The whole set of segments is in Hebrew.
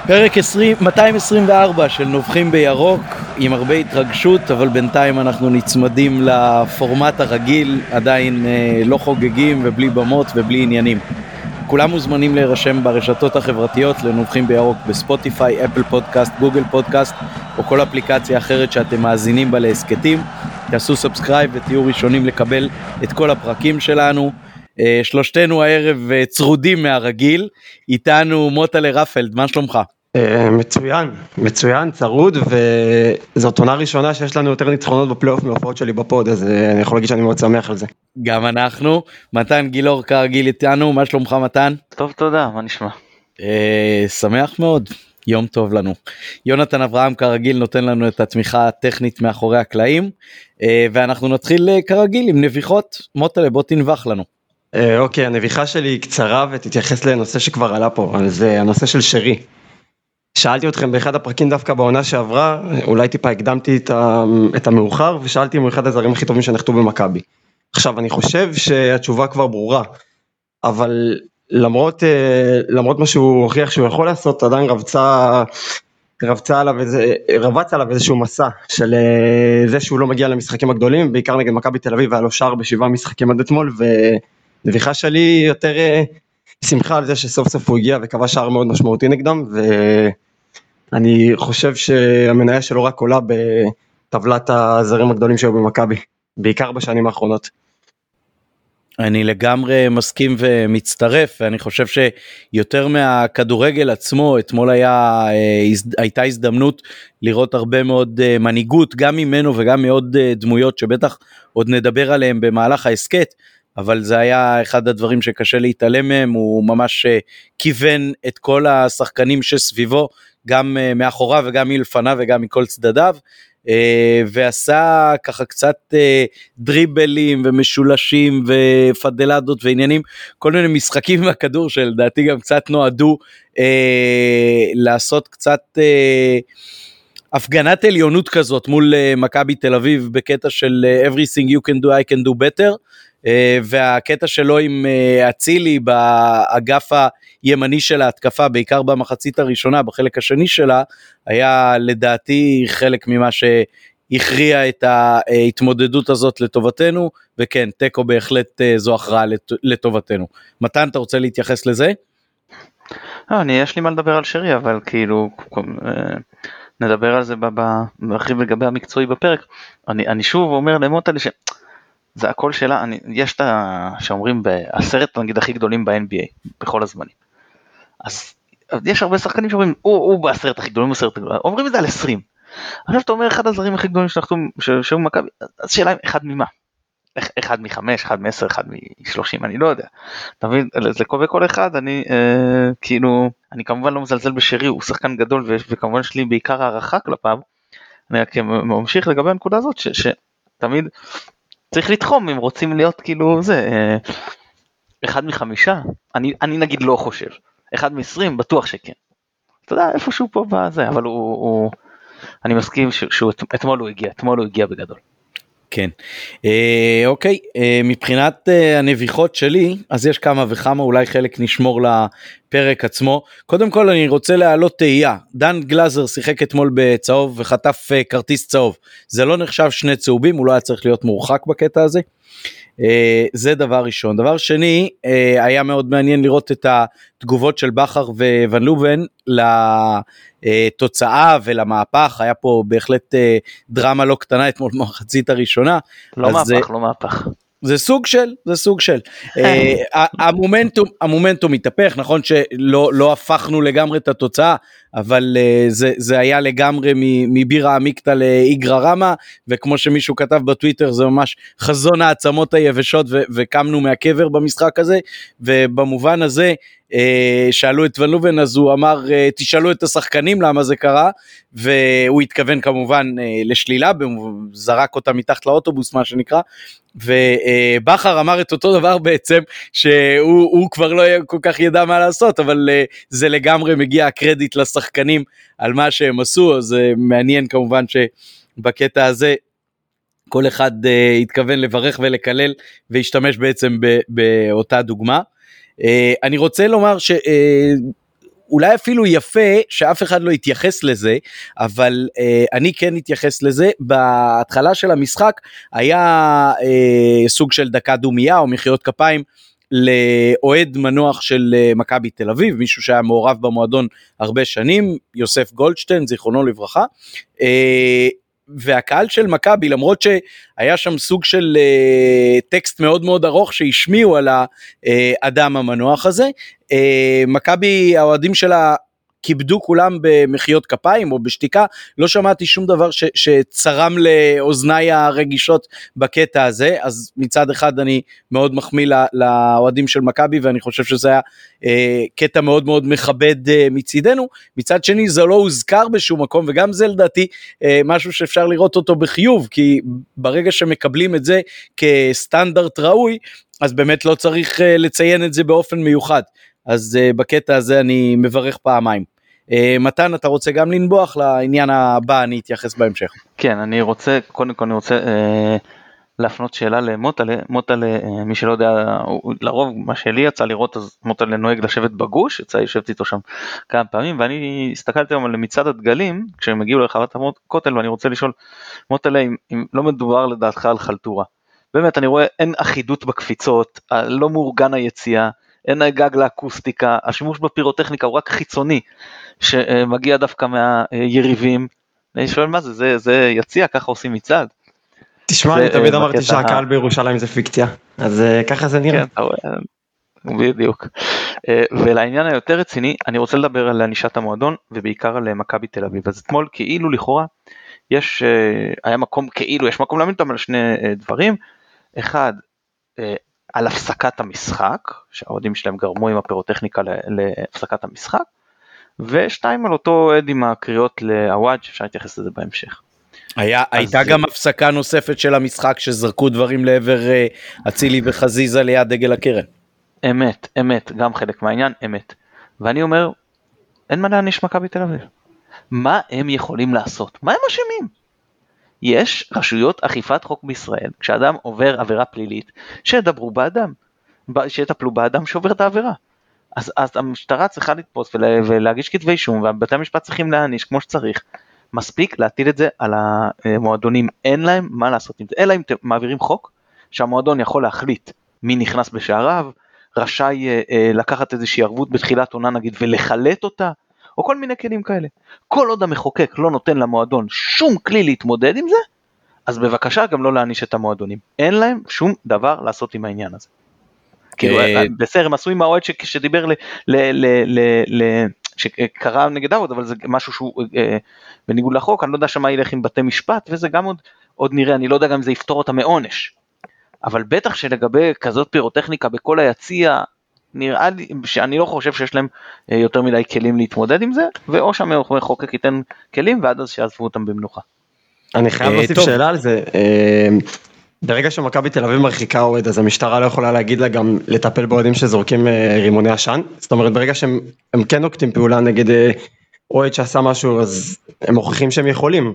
פרק 224 של נובחים בירוק, עם הרבה התרגשות, אבל בינתיים אנחנו נצמדים לפורמט הרגיל, עדיין לא חוגגים ובלי במות ובלי עניינים. כולם מוזמנים להירשם ברשתות החברתיות לנובחים בירוק בספוטיפיי, אפל פודקאסט, גוגל פודקאסט או כל אפליקציה אחרת שאתם מאזינים בה להסקטים. תעשו סאבסקרייב ותהיו ראשונים לקבל את כל הפרקים שלנו. שלושתנו הערב צרודים מהרגיל, איתנו מוטלה רפלד, מה שלומך? מצוין, צרוד, וזאת עונה ראשונה שיש לנו יותר ניצחונות בפלייאוף מההופעות שלי בפוד, אז אני יכול להגיד שאני מאוד שמח על זה. גם אנחנו. מתן גילאור כרגיל איתנו, מה שלומך מתן? טוב, תודה, מה נשמע? שמח מאוד, יום טוב לנו. יונתן אברהם כרגיל נותן לנו את התמיכה הטכנית מאחורי הקלעים, ואנחנו נתחיל כרגיל עם נביחות. מוטלה, בוא תנבח לנו. אוקיי, הנביחה שלי היא קצרה ותתייחס לנושא שכבר עלה פה, אז זה הנושא של שרי. שאלתי אתכם באחד הפרקים דווקא בעונה שעברה, אולי טיפה הקדמתי את המאוחר, ושאלתי אם הוא אחד הזרים הכי טובים שנחתו במכבי. עכשיו, אני חושב שהתשובה כבר ברורה, אבל למרות מה שהוא הוכיח שהוא יכול לעשות, עדיין רבץ עליו איזשהו מסע של זה שהוא לא מגיע למשחקים הגדולים, בעיקר נגד מכבי תל אביב, והיה לו שער ב7 משחקים עד אתמול, ונביחה שלי יותר שמחה על זה שסוף סוף הוא הגיע וקבע שער מאוד משמעותי נגדם, ואני חושב שהמניה שלו רק עולה בטבלת הזרים הגדולים שהיו במכבי, בעיקר בשנים האחרונות. אני לגמרי מסכים ומצטרף, ואני חושב שיותר מהכדורגל עצמו, אתמול הייתה הזדמנות לראות הרבה מאוד מנהיגות, גם ממנו וגם מעוד דמויות שבטח עוד נדבר עליהם במהלך העסקת, אבל זה היה אחד הדברים שקשה להתעלם מהם, הוא ממש כיוון את כל השחקנים שסביבו, גם מאחוריו וגם מלפניו וגם מכל צדדיו, ועשה ככה קצת דריבלים ומשולשים ופדלדות ועניינים, כל מיני משחקים עם הכדור שלדעתי גם קצת נועדו לעשות קצת הפגנת עליונות כזאת מול מכבי תל אביב, בקטע של everything you can do I can do better, והקטע שלו עם אצילי באגף הימני של ההתקפה, בעיקר במחצית הראשונה, בחלק השני שלה, היה לדעתי חלק ממה שהכריע את ההתמודדות הזאת לטובתנו, וכן, טקו בהחלט זו הכרעה לטובתנו. מתן, אתה רוצה להתייחס לזה? יש לי מה לדבר על שרי, אבל כאילו נדבר על זה בהרחיב לגבי המקצועי בפרק. אני שוב אומר למוטלה זה הכל שאלה, יש את שאומרים בעשרת נגיד הכי גדולים ב-NBA, בכל הזמנים. אז יש הרבה שחקנים שאומרים, הוא בעשרת הכי גדולים, אומרים את זה על 20. עכשיו אתה אומר, אחד הזרים הכי גדולים שהיו מכבי, אז שאלה אחד ממה? אחד מ5, אחד מ10, אחד מ30, אני לא יודע. אתה מבין, זה קובע כל אחד, אני כמובן לא מזלזל בשרי, הוא שחקן גדול, וכמובן יש לי בעיקר הערכה כלפיו, אני רק ממשיך לגבי הנקודה הזאת, שתמיד צריך לתחום אם רוצים להיות כאילו זה, אחד מ5, אני נגיד לא חושב, אחד מ20 בטוח שכן, אתה יודע איפשהו פה בזה, אבל אני מסכים שאתמול הוא הגיע בגדול. כן, אוקיי, מבחינת הנביחות שלי, אז יש כמה וכמה, אולי חלק נשמור לפרק עצמו. קודם כל אני רוצה להעלות תהייה, דן גלזר שיחק אתמול בצהוב וחטף כרטיס צהוב, זה לא נחשב שני צהובים, הוא לא היה צריך להיות מורחק בקטע הזה, זה דבר ראשון. דבר שני, היה מאוד מעניין לראות את התגובות של בכר וון לובן לתוצאה ולמהפך, היה פה בהחלט דרמה לא קטנה אתמול במחצית הראשונה. לא מהפך. זה סוג של. המומנטום התהפך, נכון שלא הפכנו לגמרי את התוצאה, אבל זה היה לגמרי מבירה עמיקתא לאיגרא רמא, וכמו שמישהו כתב בטוויטר, זה ממש חזון העצמות היבשות, וקמנו מהקבר במשחק הזה, ובמובן הזה, שאלו את ון לובן, אז הוא אמר, תשאלו את השחקנים למה זה קרה, והוא התכוון כמובן לשלילה, זרק אותה מתחת לאוטובוס, מה שנקרא, ובכר אמר את אותו דבר בעצם, שהוא כבר לא כל כך ידע מה לעשות, אבל זה לגמרי מגיע הקרדיט לשחקנים על מה שהם עשו, אז מעניין כמובן שבקטע הזה, כל אחד התכוון לברך ולקלל, והשתמש בעצם באותה דוגמה. אני רוצה לומר אולי אפילו יפה שאף אחד לא יתייחס לזה, אבל אני כן אתייחס לזה. בהתחלה של המשחק היה סוג של דקה דומייה או מחיאות כפיים לאוהד מנוח של מכבי תל אביב, מישהו שהיה מעורב במועדון הרבה שנים, יוסף גולדשטיין, זיכרונו לברכה, והקהל של מכבי, למרות שהיה שם סוג של טקסט מאוד מאוד ארוך שהשמיעו על האדם המנוח הזה, מכבי, האוהדים שלה כיבדו כולם במחיאות כפיים או בשתיקה, לא שמעתי שום דבר שצרם לאוזניי הרגישות בקטע הזה. אז מצד אחד אני מאוד מחמיא לאוהדים של מכבי, ואני חושב שזה היה קטע מאוד מאוד מכבד מצידנו. מצד שני זה לא הוזכר בשום מקום, וגם זה לדעתי משהו שאפשר לראות אותו בחיוב, כי ברגע שמקבלים את זה כסטנדרט ראוי, אז באמת לא צריך לציין את זה באופן מיוחד. אז בקטע הזה אני מברך פעמיים. מתן, אתה רוצה גם לנבוח לעניין הבא, אני אתייחס בהמשך. כן, אני רוצה, קודם כל אני רוצה להפנות שאלה למוטלה. מוטלה, מי שלא יודע, לרוב מה שלי יצא לראות, אז מוטלה נוהג לשבת בגוש, יצא ישבתי איתו שם כמה פעמים, ואני הסתכלתי היום על מצעד הדגלים, כשהם הגיעו לרחבת הכותל, ואני רוצה לשאול, מוטלה, אם לא מדובר לדעתך על חלטורה, באמת אני רואה אין אחידות בקפיצות, לא מאורגן היציאה, אין גג לאקוסטיקה, השימוש בפירוטכניקה הוא רק חיצוני, שמגיע דווקא מהיריבים. אני שואל מה זה, זה יציע, ככה עושים מצעד. תשמע, אני תמיד אמרתי שהקהל בירושלים זה פיקציה, אז ככה זה נראה. כן, בדיוק. ולעניין היותר רציני, אני רוצה לדבר על ענישת המועדון, ובעיקר על מכבי תל אביב. אז אתמול כאילו לכאורה, היה מקום, כאילו יש מקום להאמין אותם על שני דברים. אחד, על הפסקת המשחק, שהאוהדים שלהם גרמו עם הפירוטכניקה להפסקת המשחק, ושתיים על אותו עד עם הקריאות לעוואד, שאפשר להתייחס לזה בהמשך. הייתה גם הפסקה נוספת של המשחק, שזרקו דברים לעבר אצילי וחזיזה ליד דגל הקרן. אמת, גם חלק מהעניין, אמת. ואני אומר, אין מה להעניש מכבי תל אביב. מה הם יכולים לעשות? מה הם אשמים? יש רשויות אכיפת חוק בישראל, כשאדם עובר עבירה פלילית, שידברו באדם, שיטפלו באדם שעובר את העבירה. אז המשטרה צריכה לתפוס ולהגיש כתבי אישום, ובתי המשפט צריכים להעניש כמו שצריך. מספיק להטיל את זה על המועדונים, אין להם מה לעשות עם זה, אלא אם מעבירים חוק, שהמועדון יכול להחליט מי נכנס בשעריו, רשאי לקחת איזושהי ערבות בתחילת עונה נגיד, ולחלט אותה, או כל מיני כלים כאלה. כל עוד המחוקק לא נותן למועדון שום כלי להתמודד עם זה, אז בבקשה גם לא להעניש את המועדונים. אין להם שום דבר לעשות עם העניין הזה. כאילו, בסדר, הם עשו עם האוהד שדיבר שקרה נגד האוהד, אבל זה משהו שהוא בניגוד לחוק, אני לא יודע שמה ילך עם בתי משפט, וזה גם עוד נראה, אני לא יודע גם אם זה יפתור אותה מעונש. אבל בטח שלגבי כזאת פירוטכניקה בכל היציע, נראה לי שאני לא חושב שיש להם יותר מדי כלים להתמודד עם זה, ואו שהמחוקק ייתן כלים, ועד אז שיעזבו אותם במנוחה. אני חייב להוסיף שאלה על זה. ברגע שמכבי תל אביב מרחיקה אוהד, אז המשטרה לא יכולה להגיד לה גם לטפל באוהדים שזורקים רימוני עשן? זאת אומרת, ברגע שהם כן נוקטים פעולה נגד אוהד שעשה משהו, אז הם מוכיחים שהם יכולים.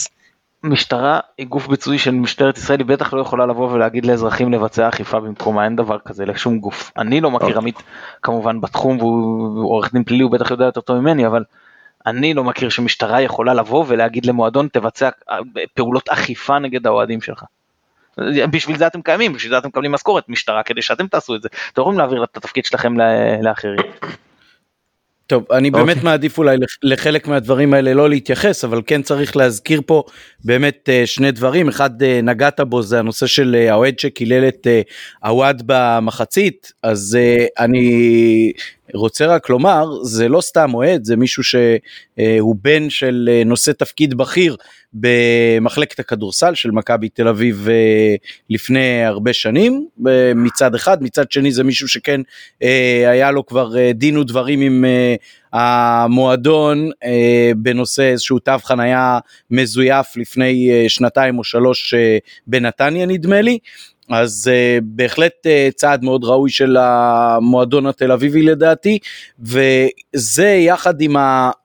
משטרה היא גוף ביצועי של משטרת ישראל, היא בטח לא יכולה לבוא ולהגיד לאזרחים לבצע אכיפה במקומה, אין דבר כזה לשום גוף. אני לא מכיר עמית כמובן בתחום, והוא עורך דין פלילי, הוא בטח יודע יותר טוב ממני, אבל אני לא מכיר שמשטרה יכולה לבוא ולהגיד למועדון תבצע פעולות אכיפה נגד האוהדים שלך. בשביל זה אתם קיימים, בשביל זה אתם מקבלים משכורת משטרה, כדי שאתם תעשו את זה. אתם יכולים להעביר את התפקיד שלכם לאחרים. טוב, אני באמת מעדיף אולי לחלק מהדברים האלה לא להתייחס, אבל כן צריך להזכיר פה באמת שני דברים. אחד נגעת בו, זה הנושא של האוהד שקילל את עוואד במחצית, אז אני רוצה רק לומר, זה לא סתם אוהד, זה מישהו שהוא בן של נושא תפקיד בכיר במחלקת הכדורסל של מכבי תל אביב לפני הרבה שנים, מצד אחד, מצד שני זה מישהו שכן היה לו כבר דין ודברים עם המועדון בנושא איזשהו תו חניה מזויף לפני 2 או 3 בנתניה נדמה לי, אז בהחלט צעד מאוד ראוי של המועדון התל אביבי לדעתי, וזה יחד עם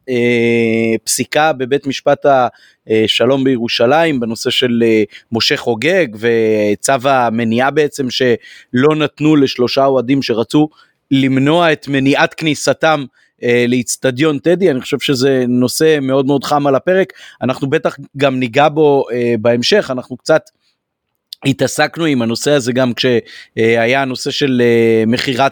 הפסיקה בבית משפט השלום בירושלים בנושא של משה חוגג וצו המניעה בעצם שלא נתנו ל3 אוהדים שרצו למנוע את מניעת כניסתם לאצטדיון טדי, אני חושב שזה נושא מאוד מאוד חם על הפרק, אנחנו בטח גם ניגע בו בהמשך, אנחנו קצת התעסקנו עם הנושא הזה גם כשהיה הנושא של מחירת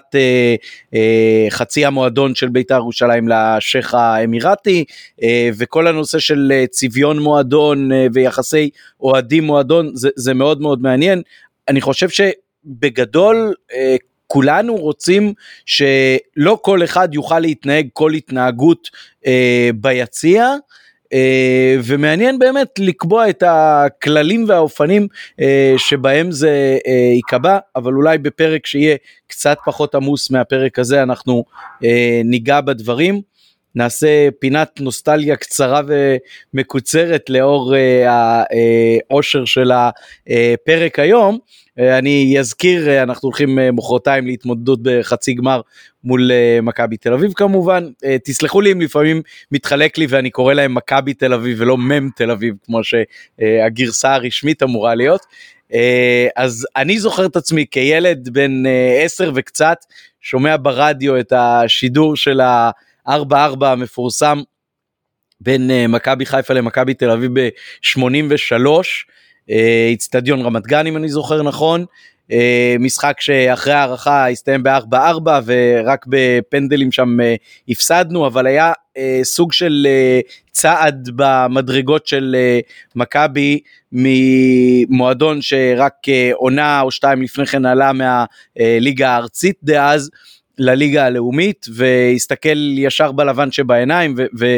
חצי המועדון של בית"ר ירושלים לשייך האמירתי, וכל הנושא של צביון מועדון ויחסי אוהדים מועדון, זה מאוד מאוד מעניין. אני חושב שבגדול כולנו רוצים שלא כל אחד יוכל להתנהג כל התנהגות ביציע, ומעניין באמת לקבוע את הכללים והאופנים שבהם זה יקבע, אבל אולי בפרק שיהיה קצת פחות עמוס מהפרק הזה אנחנו ניגע בדברים, נעשה פינת נוסטלגיה קצרה ומקוצרת לאור העושר של הפרק היום. אני אזכיר, אנחנו הולכים מחרתיים להתמודדות בחצי גמר מול מכבי תל אביב כמובן, תסלחו לי אם לפעמים מתחלק לי ואני קורא להם מכבי תל אביב ולא מם תל אביב כמו שהגרסה הרשמית אמורה להיות. אז אני זוכר את עצמי כילד בן 10 וקצת, שומע ברדיו את השידור של ה-4-4 המפורסם בין מכבי חיפה למכבי תל אביב ב-83, אצטדיון רמת גן אם אני זוכר נכון, משחק שאחרי הערכה הסתיים ב-4-4 ורק בפנדלים שם הפסדנו, אבל היה סוג של צעד במדרגות של מכבי ממועדון שרק עונה או שתיים לפני כן עלה מהליגה הארצית דאז לליגה הלאומית, והסתכל ישר בלבן שבעיניים,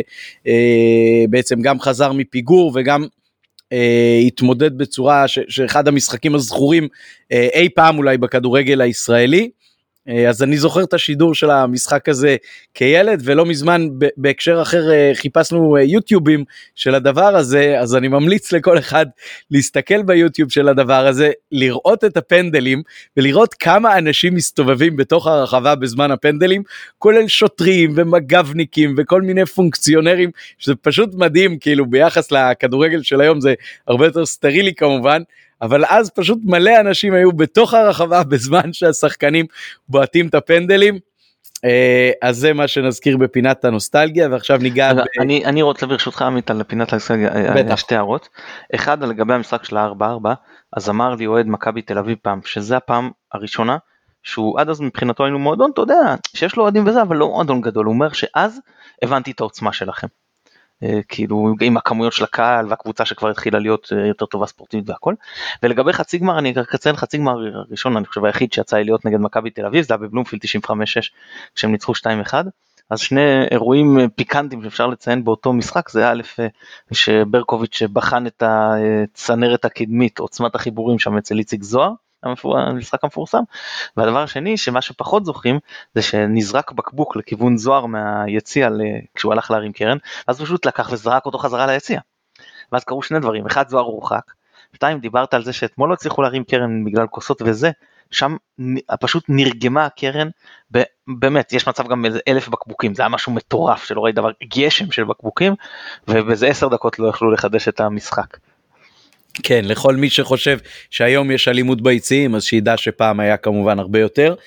ובעצם גם חזר מפיגור, וגם התמודד בצורה שאחד המשחקים הזכורים אי פעם אולי בכדורגל הישראלי. אז אני זוכר את השידור של המשחק הזה כילד, ולא מזמן בהקשר אחר חיפשנו יוטיובים של הדבר הזה, אז אני ממליץ לכל אחד להסתכל ביוטיוב של הדבר הזה, לראות את הפנדלים, ולראות כמה אנשים מסתובבים בתוך הרחבה בזמן הפנדלים, כולל שוטרים ומגבניקים וכל מיני פונקציונרים, שזה פשוט מדהים, כאילו ביחס לכדורגל של היום זה הרבה יותר סטרילי כמובן, אבל אז פשוט מלא אנשים היו בתוך הרחבה בזמן שהשחקנים בועטים את הפנדלים. אז זה מה שנזכיר בפינת הנוסטלגיה, ועכשיו ניגע אני רוצה ברשותך עמית על פינת הנוסטלגיה שתי הערות. אחד לגבי המשחק של ה-4-4, אז אמר לי אוהד מכבי תל אביב פעם שזה הפעם הראשונה שהוא עד אז מבחינתו היינו מועדון, אתה יודע שיש לו אוהדים וזה, אבל לא מועדון גדול. הוא אומר שאז הבנתי את העוצמה שלכם, כאילו עם הכמויות של הקהל והקבוצה שכבר התחילה להיות יותר טובה ספורטיבית והכל. ולגבי חצי גמר, אני אקצר חצי גמר הראשון, אני חושב היחיד שיצא לי להיות נגד מכבי תל אביב, זה היה בבלומפילד 95-6 כשהם ניצחו 2-1. אז שני אירועים פיקנטים שאפשר לציין באותו משחק, זה א' שברקוביץ' בחן את הצנרת הקדמית, עוצמת החיבורים שם אצל איציק זוהר, המשחק המפורסם. והדבר השני שמה שפחות זוכרים זה שנזרק בקבוק לכיוון זוהר מהיציע כשהוא הלך להרים קרן, אז פשוט לקח וזרק אותו חזרה ליציע, ואז קרו שני דברים: אחד, זוהר הורחק, שתיים, דיברת על זה שאתמול לא הצליחו להרים קרן בגלל כוסות וזה, שם פשוט נרגמה הקרן, באמת יש מצב גם איזה 1000 בקבוקים, זה היה משהו מטורף שלא ראי דבר, גשם של בקבוקים, ובזה 10 דקות לא יכלו לחדש את המשחק. כן, לכל מי שחושב שהיום יש אלימות ביציעים, אז שידע שפעם היה כמובן הרבה יותר.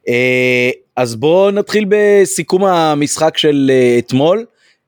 אז בואו נתחיל בסיכום המשחק של אתמול.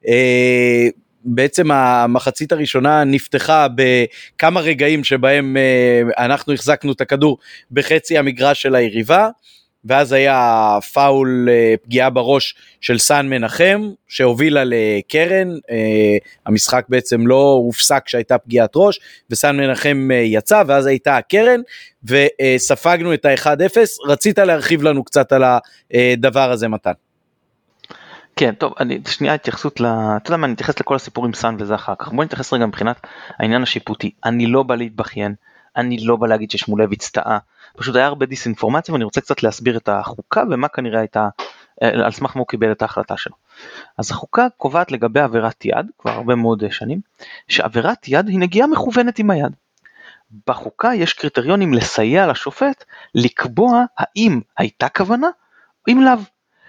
בעצם המחצית הראשונה נפתחה בכמה רגעים שבהם אנחנו החזקנו את הכדור בחצי המגרש של היריבה, ואז היה פאול, פגיעה בראש של סן מנחם שהובילה לקרן, המשחק בעצם לא הופסק שהייתה פגיעת ראש, וסן מנחם יצא ואז הייתה הקרן, וספגנו את ה-1-0. רצית להרחיב לנו קצת על הדבר הזה מתן? כן, טוב, שנייה התייחסות, אתה יודע מה, אני אתייחס לכל הסיפורים סן וזה אחר כך. בוא נתייחס רגע מבחינת העניין השיפוטי. אני לא בא להתבכיין, אני לא בא להגיד ששמולביץ' טעה, פשוט היה הרבה דיסאינפורמציה, ואני רוצה קצת להסביר את החוקה, ומה כנראה הייתה, על סמך מה הוא קיבל את ההחלטה שלו. אז החוקה קובעת לגבי עבירת יד, כבר הרבה מאוד שנים, שעבירת יד היא נגיעה מכוונת עם היד. בחוקה יש קריטריונים לסייע לשופט, לקבוע האם הייתה כוונה, אם לאו.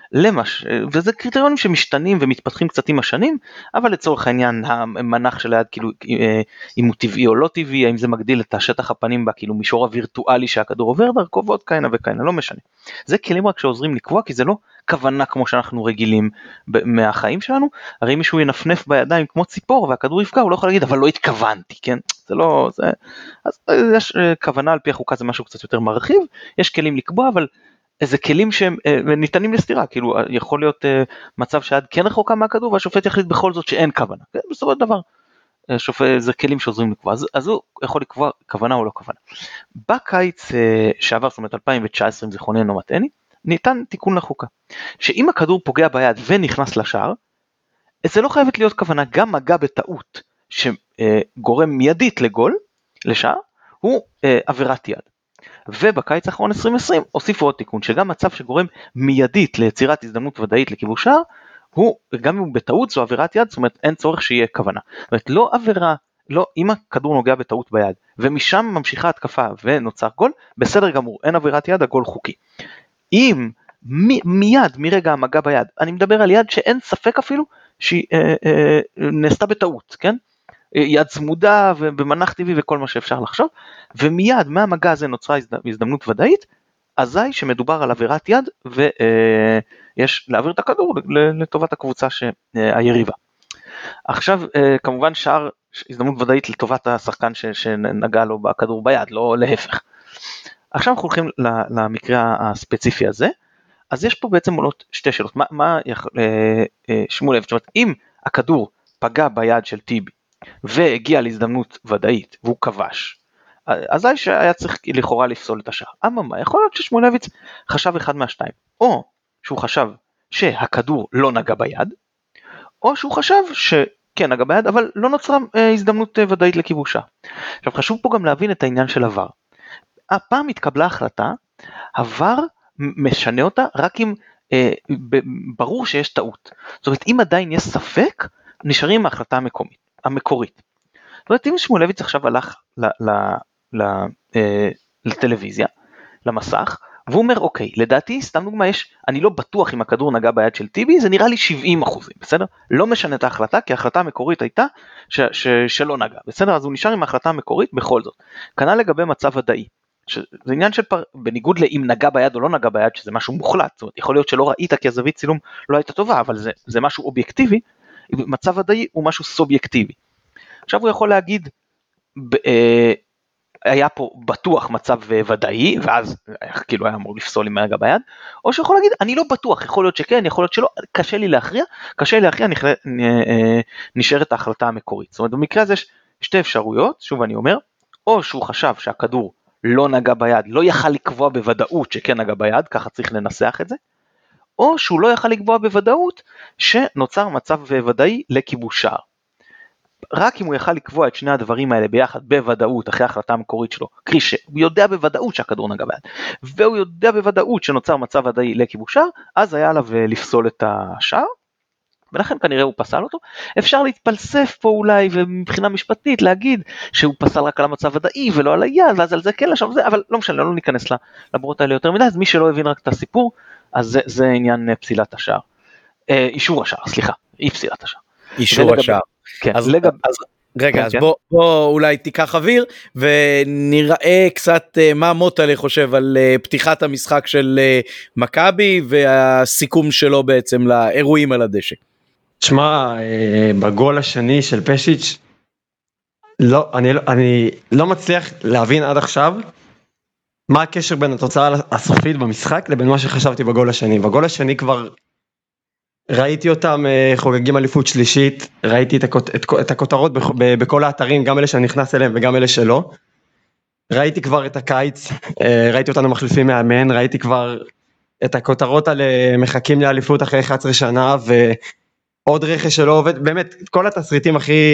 וזה קריטריונים שמשתנים ומתפתחים קצת עם השנים, אבל לצורך העניין המנח של היד, כאילו אם הוא טבעי או לא טבעי, האם זה מגדיל את השטח הפנים בה, כאילו מישור הווירטואלי שהכדור עובר דרכו, ועוד כהנה וכהנה, לא משנה. זה כלים רק שעוזרים לקבוע, כי זה לא כוונה כמו שאנחנו רגילים מהחיים שלנו, הרי מישהו ינפנף בידיים כמו ציפור והכדור יפגע, הוא לא יכול להגיד אבל לא התכוונתי, כן? זה לא, אז יש כוונה על פי החוקה, זה משהו קצת יותר מרחיב, יש כלים לקבוע, אבל איזה כלים שהם ניתנים לסתירה, כאילו יכול להיות מצב שהיד כן רחוקה מהכדור, והשופט יחליט בכל זאת שאין כוונה, בסופו של דבר, זה כלים שעוזרים לקבוע, אז הוא יכול לקבוע כוונה או לא כוונה. בקיץ שעבר, זאת אומרת 2019, אם זיכרוני אינו מטעני, ניתן תיקון לחוקה, שאם הכדור פוגע ביד ונכנס לשער, זה לא חייבת להיות כוונה, גם מגע בטעות שגורם מיידית לגול, לשער, הוא עבירת יד. ובקיץ האחרון 2020 הוסיפו עוד תיקון, שגם מצב שגורם מיידית ליצירת הזדמנות ודאית לכיבוש שער, הוא, גם אם הוא בטעות זו עבירת יד, זאת אומרת אין צורך שיהיה כוונה. זאת אומרת לא עבירה, לא, אם הכדור נוגע בטעות ביד, ומשם ממשיכה התקפה ונוצר גול, בסדר גמור, אין עבירת יד, הגול חוקי. אם מיד, מרגע המגע ביד, אני מדבר על יד שאין ספק אפילו, שהיא נעשתה בטעות, כן? יד צמודה ובמנח טבעי וכל מה שאפשר לחשוב, ומיד מהמגע הזה נוצרה הזדמנות ודאית, אזי שמדובר על עבירת יד, ויש להעביר את הכדור לטובת הקבוצה היריבה. עכשיו, כמובן שער הזדמנות ודאית לטובת השחקן שנגע לו בכדור ביד, לא להפך. עכשיו אנחנו הולכים למקרה הספציפי הזה, אז יש פה בעצם עולות שתי שאלות, שמואל, אם הכדור פגע ביד של טיבי, והגיע להזדמנות ודאית, והוא כבש, אז שהיה צריך לכאורה לפסול את השער. אממה, יכול להיות ששמואלביץ חשב אחד מהשתיים, או שהוא חשב שהכדור לא נגע ביד, או שהוא חשב שכן נגע ביד, אבל לא נוצרה הזדמנות ודאית לכיבושה. עכשיו חשוב פה גם להבין את העניין של עבר. הפעם התקבלה החלטה, עבר משנה אותה רק אם ברור שיש טעות. זאת אומרת, אם עדיין יש ספק, נשארים מההחלטה המקורית. זאת אומרת, אם שמואלביץ עכשיו הלך לטלוויזיה, למסך, והוא אומר, אוקיי, לדעתי, סתם דוגמה, אני לא בטוח אם הכדור נגע ביד של טיבי, זה נראה לי 70%, בסדר? לא משנה את ההחלטה, כי ההחלטה המקורית הייתה שלא נגע, בסדר? אז הוא נשאר עם ההחלטה המקורית בכל זאת. כנ"ל לגבי מצב ודאי. זה עניין של בניגוד לאם נגע ביד או לא נגע ביד, שזה משהו מוחלט, זאת אומרת, יכול להיות שלא ראית כי הזווית צילום לא הייתה טובה, אבל זה משהו אובייקטיבי, מצב ודאי הוא משהו סובייקטיבי. עכשיו הוא יכול להגיד, היה פה בטוח מצב ודאי, ואז כאילו היה אמור לפסול עם נגע ביד, או שיכול להגיד, אני לא בטוח, יכול להיות שכן, יכול להיות שלא, קשה לי להכריע, נשארת ההחלטה המקורית. זאת אומרת, במקרה הזה יש שתי אפשרויות, שוב אני אומר, או שהוא חשב שהכדור לא נגע ביד, לא יכל לקבוע בוודאות שכן נגע ביד, ככה צריך לנסח את זה, או שהוא לא יכל לקבוע בוודאות שנוצר מצב ודאי לכיבוש שער. רק אם הוא יכל לקבוע את שני הדברים האלה ביחד בוודאות אחרי ההחלטה המקורית שלו, קרי שהוא יודע בוודאות שהכדור נגע ביד, והוא יודע בוודאות שנוצר מצב ודאי לכיבוש שער, אז היה עליו לפסול את השער, ולכן כנראה הוא פסל אותו. אפשר להתפלסף פה אולי, ומבחינה משפטית להגיד שהוא פסל רק על המצב ודאי ולא על היד, ואז על זה כן לשם זה, אבל לא משנה, לא ניכנס לברות האלה יותר מדי, אז מי שלא הבין רק את הסיפור, אז זה עניין פסילת השער. אישור השער, סליחה, אי פסילת השער. אישור השער. כן, רגע, אז בוא אולי תיקח אוויר, ונראה קצת מה מוטלה חושב על פתיחת המשחק של מכבי, והסיכום שלו בעצם לאירועים על הדשא. תשמע, בגול השני של פשיץ', אני לא מצליח להבין עד עכשיו, מה הקשר בין התוצאה הסופית במשחק, לבין מה שחשבתי בגול השני. בגול השני כבר ראיתי אותם חוגגים אליפות שלישית, ראיתי את הכותרות בכל האתרים, גם אלה שאני נכנס אליהם וגם אלה שלא. ראיתי כבר את הקיץ, ראיתי אותנו מחליפים מאמן, ראיתי כבר את הכותרות על מחכים לאליפות אחרי 11 שנה, ועוד רכש שלא עובד, באמת, כל התסריטים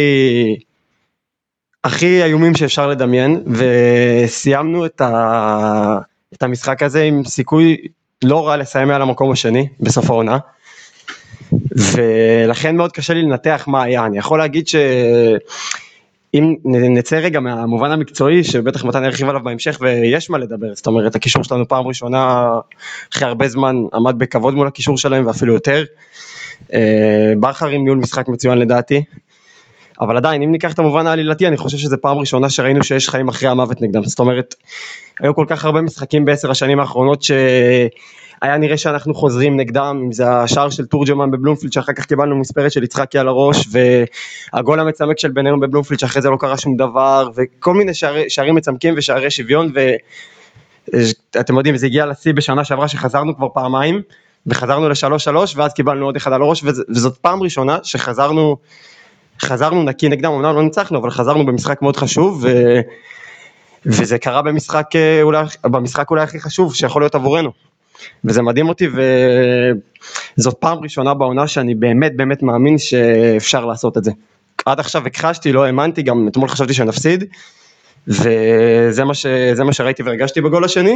הכי איומים שאפשר לדמיין, וסיימנו את המשחק הזה עם סיכוי לא רע לסיים על המקום השני, בסוף העונה. ולכן מאוד קשה לי לנתח מה היה. אני יכול להגיד אם נצא רגע מהמובן המקצועי, שבטח מתן ירחיב עליו בהמשך, ויש מה לדבר, זאת אומרת, הקישור שלנו פעם ראשונה, אחרי הרבה זמן, עמד בכבוד מול הקישור שלהם, ואפילו יותר. בכר עם ניהול משחק מצוין לדעתי, אבל עדיין, אם ניקח את המובן העלילתי, אני חושב שזה פעם ראשונה שראינו שיש חיים אחרי המוות נגדם, זאת אומרת, היו כל כך הרבה משחקים ב10 השנים האחרונות, שהיה נראה שאנחנו חוזרים נגדם, אם זה השער של תורג'מן בבלומפילד, שאחר כך קיבלנו מספרת של יצחקי על הראש, והגול המצמק של בינינו בבלומפילד, שאחרי זה לא קרה שום דבר, וכל מיני שערים מצמקים ושערי שוויון, ואתם יודעים, זה הגיע לשיא בשנה שעברה, שחזרנו כבר פעמיים, וחזרנו ל3-3, ואז קיבלנו עוד אחד על הראש, וזאת פעם ראשונה שחזרנו נקי נגדם, אמנם לא ניצחנו, אבל חזרנו במשחק מאוד חשוב, וזה קרה במשחק אולי הכי חשוב שיכול להיות עבורנו, וזה מדהים אותי, וזאת פעם ראשונה בעונה שאני באמת באמת מאמין שאפשר לעשות את זה. עד עכשיו הכחשתי, לא האמנתי, גם אתמול חשבתי שנפסיד, וזה מה שראיתי והרגשתי בגול השני,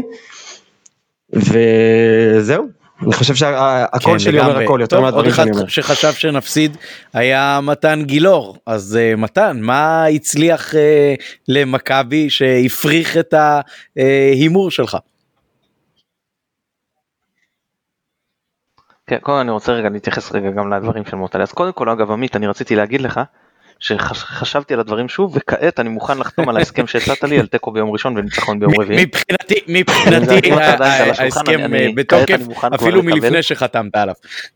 וזהו. אני חושב שהקול שלי אומר הכל, יותר מהדברים שאני אומר. עוד אחד שחשב שנפסיד היה מתן גילור, אז מתן, מה הצליח למכבי שהפריך את ההימור שלך? כן, קודם אני רוצה רגע להתייחס רגע גם לדברים של מוטלי, אז קודם כל אגב עמית, אני רציתי להגיד לך, שחשבתי על הדברים שוב, וכעת אני מוכן לחתום על ההסכם שהצעת לי, על תיקו ביום ראשון וניצחון ביום רביעי. מבחינתי ההסכם בתוקף, אפילו מלפני שחתמת עליו.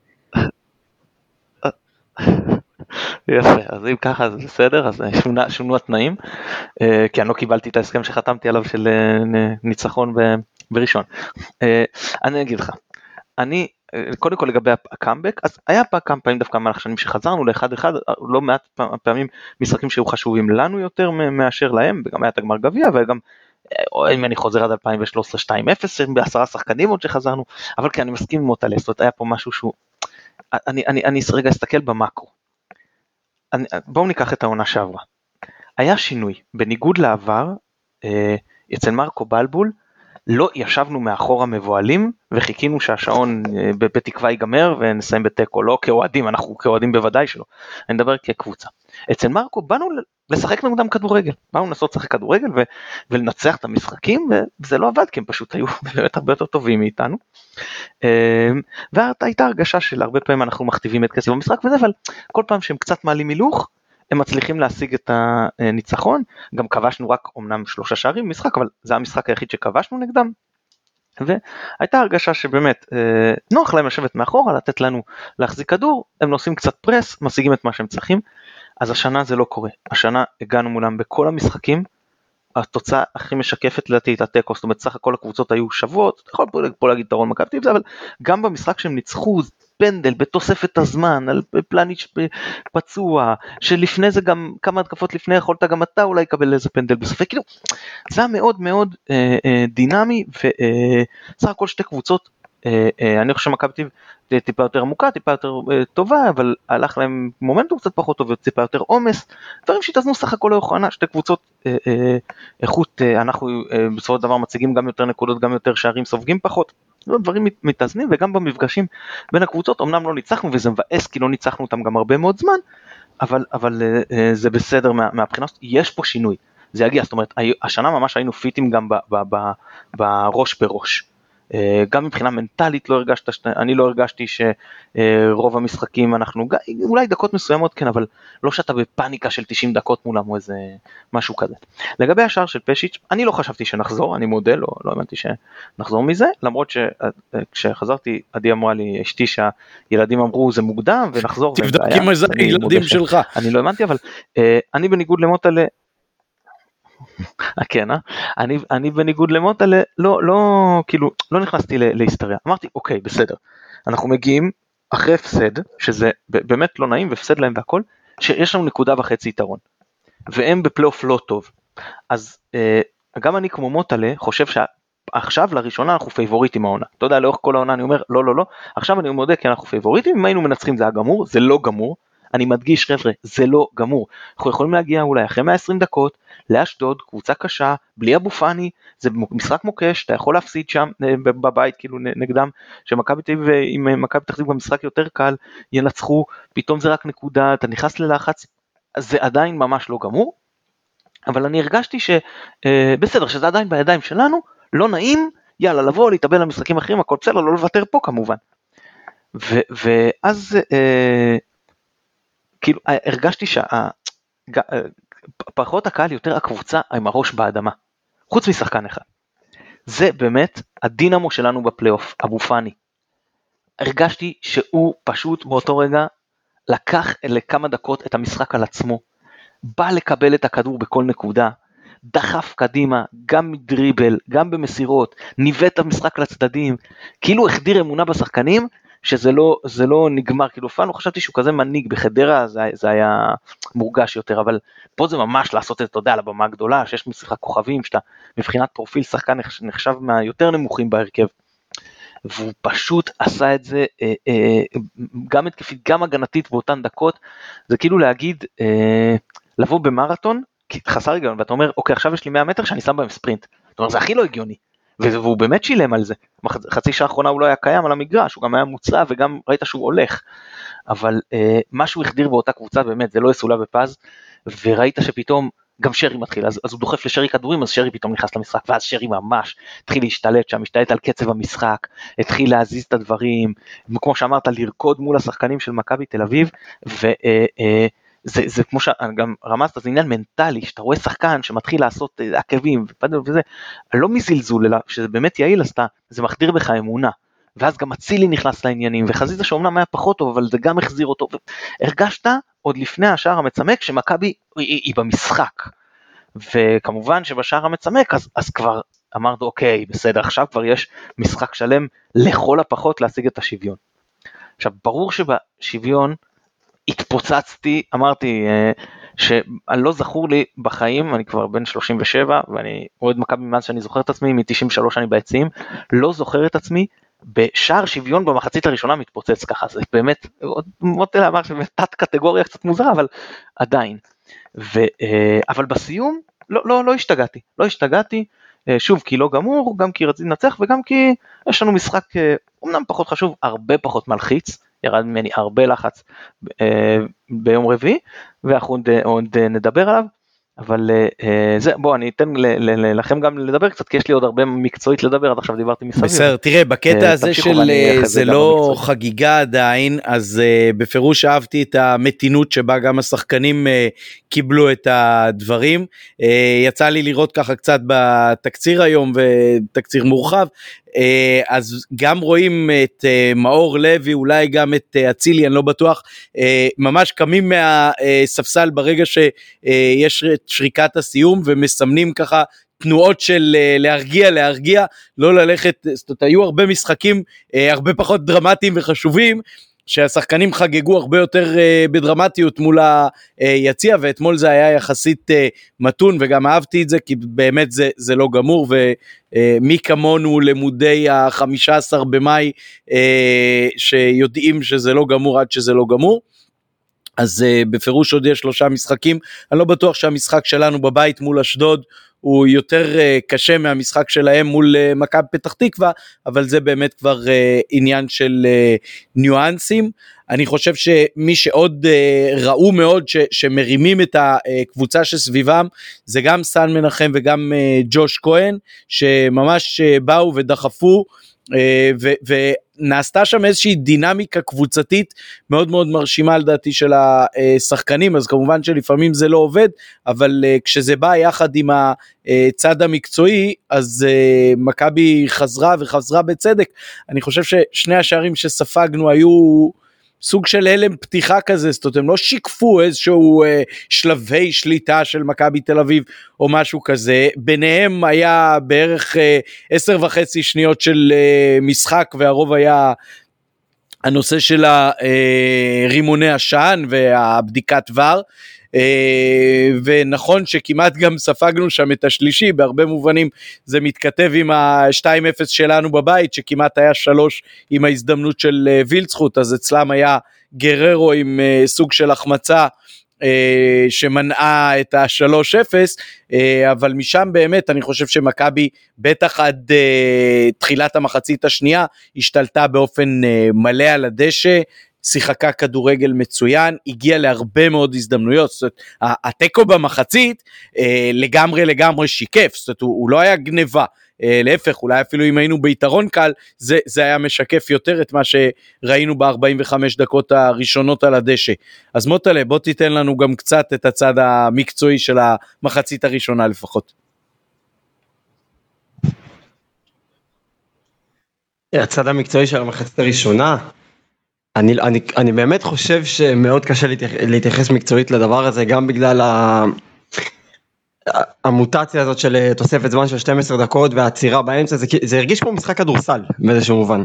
יפה, אז אם ככה זה בסדר, אז שונו התנאים, כי אני לא קיבלתי את ההסכם שחתמתי עליו של ניצחון בראשון. אני אגיד לך, קודם כל לגבי הקאמבק, אז היה כמה פעמים דווקא מהלך שנים שחזרנו ל1-1, לא מעט פעמים משחקים שהיו חשובים לנו יותר מאשר להם, וגם היה את הגמר גביע, וגם אם אני חוזר עד 2013 2-0, ב10 שחקנים עוד שחזרנו, אבל כן, אני מסכים עם אותה לסות, היה פה משהו שהוא, אני רגע אסתכל במאקרו, בואו ניקח את העונה שעברה, היה שינוי, בניגוד לעבר, אצל מרקו בלבול, לא ישבנו מאחורה מבועלים, וחיכינו שהשעון בתקווה ייגמר, ונסיים בטקו, לא כאוהדים, אנחנו כאוהדים בוודאי שלא, אני מדבר כקבוצה. אצל מרקו באנו לשחק נגדם כדורגל, באנו לנסות לשחק כדורגל, ולנצח את המשחקים, וזה לא עבד, כי הם פשוט היו באמת הרבה יותר טובים מאיתנו, והייתה הרגשה של הרבה פעמים אנחנו מכתיבים את כסף במשחק וזה, אבל כל פעם שהם קצת מעלים מילוך, הם מצליחים להשיג את הניצחון, גם כבשנו רק אומנם 3 שערים במשחק, אבל זה המשחק היחיד שכבשנו נגדם, והייתה הרגשה שבאמת נוח להם לשבת מאחורה, לתת לנו להחזיק כדור, הם עושים קצת פרס, משיגים את מה שהם צריכים, אז השנה זה לא קורה, השנה הגענו מולם בכל המשחקים, התוצאה הכי משקפת לדעתי את הטקו, זאת אומרת סך הכל הקבוצות היו שוות, אתה יכול פה להגיד יתרון מכבי, אבל גם במשחק שהם ניצחו, פנדל בתוספת הזמן, על פלניץ' פצוע, שלפני זה גם כמה התקפות לפני יכולת גם אתה אולי לקבל איזה פנדל בסופי, כאילו זה היה מאוד מאוד דינמי, וסך הכל שתי קבוצות, אני חושב שמכבי תל אביב טיפה יותר עמוקה, טיפה יותר טובה, אבל הלך להם מומנטום קצת פחות טוב, וטיפה יותר עומס, דברים שהתאזנו סך הכל לאורך העונה, שתי קבוצות איכות, אנחנו בסופו של דבר מציגים גם יותר נקודות, גם יותר שערים, סופגים פחות, דברים מתאזנים, וגם במפגשים בין הקבוצות, אמנם לא ניצחנו, וזה מבאס כי לא ניצחנו אותם גם הרבה מאוד זמן, אבל זה בסדר מהבחינה, יש פה שינוי, זה יגיע, זאת אומרת, השנה ממש היינו פיטים גם בראש בראש, גם מבחינה מנטלית אני לא הרגשתי שרוב המשחקים אנחנו, אולי דקות מסוימות כן, אבל לא שאתה בפאניקה של 90 דקות מולם או איזה משהו כזה. לגבי השער של פשיץ', אני לא חשבתי שנחזור, אני מודה, לא האמנתי שנחזור מזה, למרות שכשחזרתי, עדי אמרה לי, אשתי שהילדים אמרו זה מוקדם ונחזור. תבדוק עם זה הילדים שלך. אני לא האמנתי, אבל אני בניגוד למוטלה, כן, אני בניגוד למוטלה, כאילו, לא נכנסתי להיסטריה, אמרתי, אוקיי, בסדר, אנחנו מגיעים אחרי הפסד, שזה באמת לא נעים, והפסד להם והכל, שיש לנו 1.5 יתרון, והם בפלייאוף לא טוב, אז גם אני כמו מוטלה, חושב שעכשיו לראשונה אנחנו פייבוריטים העונה, אתה יודע, לאורך כל העונה אני אומר, לא, עכשיו אני מודה כי אנחנו פייבוריטים, אם היינו מנצחים זה היה גמור, זה לא גמור, אני מדגיש חבר'ה, זה לא גמור, אנחנו יכולים להגיע אולי אחרי 120 דקות, לאשדוד, קבוצה קשה, בלי אבו פאני, זה משחק מוקש, אתה יכול להפסיד שם בבית, כאילו נגדם, שמכבי תל אביב עם מכבי פתח תקווה במשחק יותר קל, ינצחו, פתאום זה רק נקודה, אתה נכנס ללחץ, זה עדיין ממש לא גמור, אבל אני הרגשתי שבסדר, שזה עדיין בידיים שלנו, לא נעים, יאללה, לבוא, להתאבל למשחקים אחרים, הכל בסדר, לא לוותר פה כמובן. ואז כאילו הרגשתי פחות הקהל, יותר הקבוצה עם הראש באדמה, חוץ משחקן אחד. זה באמת הדינמו שלנו בפלייאוף, אבו פאני. הרגשתי שהוא פשוט באותו רגע לקח לכמה דקות את המשחק על עצמו, בא לקבל את הכדור בכל נקודה, דחף קדימה, גם מדריבל, גם במסירות, ניווט את המשחק לצדדים, כאילו החדיר אמונה בשחקנים, שזה לא נגמר, כאילו פעם חשבתי שהוא כזה מנהיג, בחדרה זה היה מורגש יותר, אבל פה זה ממש לעשות את, אתה יודע, לבמה הגדולה, שיש משחק כוכבים, שאתה מבחינת פרופיל שחקן נחשב מהיותר נמוכים בהרכב, והוא פשוט עשה את זה, גם התקפית, גם הגנתית באותן דקות, זה כאילו להגיד, לבוא במרתון, חסר היגיון, ואתה אומר, אוקיי, עכשיו יש לי 100 מטר שאני שם בהם ספרינט, זאת אומרת, זה הכי לא הגיוני, והוא באמת שילם על זה, חצי שעה האחרונה הוא לא היה קיים על המגרש, הוא גם היה מוצא, וגם ראית שהוא הולך, אבל מה שהוא החדיר באותה קבוצה, באמת, זה לא יסולה בפז, וראית שפתאום, גם שרי מתחיל, אז הוא דוחף לשרי כדורים, אז שרי פתאום נכנס למשחק, ואז שרי ממש התחיל להשתלט שם, משתלט על קצב המשחק, התחיל להזיז את הדברים, כמו שאמרת, לרקוד מול השחקנים של מכבי תל אביב, זה כמו שגם רמזת, זה עניין מנטלי, שאתה רואה שחקן שמתחיל לעשות עקבים וזה, לא מזלזול, אלא שזה באמת יעיל, אז זה מחדיר בך אמונה, ואז גם אצילי נכנס לעניינים, וחזיזה שאומנם היה פחות טוב, אבל זה גם החזיר אותו, הרגשת עוד לפני השער המצמק, שמכבי היא במשחק, וכמובן שבשער המצמק, אז כבר אמרנו, אוקיי, בסדר, עכשיו כבר יש משחק שלם, לכל הפחות להשיג את השוויון. עכשיו, ברור שבשוויון, התפוצצתי, אמרתי שאני לא זכור לי בחיים, אני כבר בן 37, ואני אוהד מכבי מאז שאני זוכר את עצמי, מ-93 אני ביציעים, לא זוכר את עצמי, בשער שוויון במחצית הראשונה מתפוצץ ככה, זה באמת, מוטל אמר שבתת קטגוריה קצת מוזרה, אבל עדיין, אבל בסיום, לא השתגעתי, שוב כי לא גמור, גם כי רציתי לנצח, וגם כי יש לנו משחק, אמנם פחות חשוב, הרבה פחות מלחיץ, ירד ממני הרבה לחץ ביום רביעי, ואנחנו עוד נדבר עליו, אבל זה, בוא, אני אתן לכם גם לדבר קצת, כי יש לי עוד הרבה מקצועית לדבר, עד עכשיו דיברתי מסביב. בסדר, תראה, בקטע הזה של זה לא חגיגה עדיין, אז בפירוש אהבתי את המתינות שבה גם השחקנים קיבלו את הדברים, יצא לי לראות ככה קצת בתקציר היום, ותקציר מורחב, אז גם רואים את מאור לוי, אולי גם את אצילי, אני לא בטוח, ממש קמים מהספסל ברגע שיש את שריקת הסיום, ומסמנים ככה תנועות של להרגיע, לא ללכת, זאת אומרת, היו הרבה משחקים, הרבה פחות דרמטיים וחשובים, שהשחקנים חגגו הרבה יותר בדרמטיות מול היציע, ואתמול זה היה יחסית מתון, וגם אהבתי את זה, כי באמת זה לא גמור, ומי כמונו למודי ה-15 במאי, שיודעים שזה לא גמור עד שזה לא גמור, אז בפירוש עוד יש 3 משחקים, אני לא בטוח שהמשחק שלנו בבית מול אשדוד, הוא יותר קשה מהמשחק שלהם מול מכבי פתח תקווה, אבל זה באמת כבר עניין של ניואנסים. אני חושב שמי שעוד ראו מאוד שמרימים את הקבוצה שסביבם, זה גם סן מנחם וגם ג'וש כהן, שממש באו ודחפו, ונעשתה שם איזושהי דינמיקה קבוצתית מאוד מאוד מרשימה לדעתי של השחקנים, אז כמובן שלפעמים זה לא עובד, אבל כשזה בא יחד עם הצד המקצועי, אז מכבי חזרה בצדק. אני חושב ששני השערים שספגנו היו סוג של הלם פתיחה כזה, זאת אומרת, הם לא שיקפו איזשהו שלבי שליטה של מכבי תל אביב או משהו כזה, ביניהם היה בערך 10.5 שניות של משחק, והרוב היה הנושא של רימוני השען והבדיקת ור, ונכון שכמעט גם ספגנו שם את השלישי, בהרבה מובנים זה מתכתב עם ה-2-0 שלנו בבית, שכמעט היה 3 עם ההזדמנות של וילצחוט, אז אצלם היה גררו עם סוג של החמצה, שמנעה את ה-3-0, אבל משם באמת אני חושב שמכבי בטח עד תחילת המחצית השנייה, השתלטה באופן מלא על הדשא, שיחקה כדורגל מצוין, הגיעה להרבה מאוד הזדמנויות, זאת אומרת, הטקו במחצית לגמרי שיקף, זאת אומרת, הוא לא היה גניבה, להפך, אולי אפילו אם היינו ביתרון קל, זה היה משקף יותר את מה שראינו ב-45 דקות הראשונות על הדשא. אז מוטלה, בוא תיתן לנו גם קצת את הצד המקצועי של המחצית הראשונה לפחות. הצד המקצועי של המחצית הראשונה, אני באמת חושב שמאוד קשה להתייחס מקצועית לדבר הזה, גם בגלל המוטציה הזאת של תוספת זמן של 12 דקות והעצירה באמצע, זה הרגיש כמו משחק כדורסל באיזשהו מובן,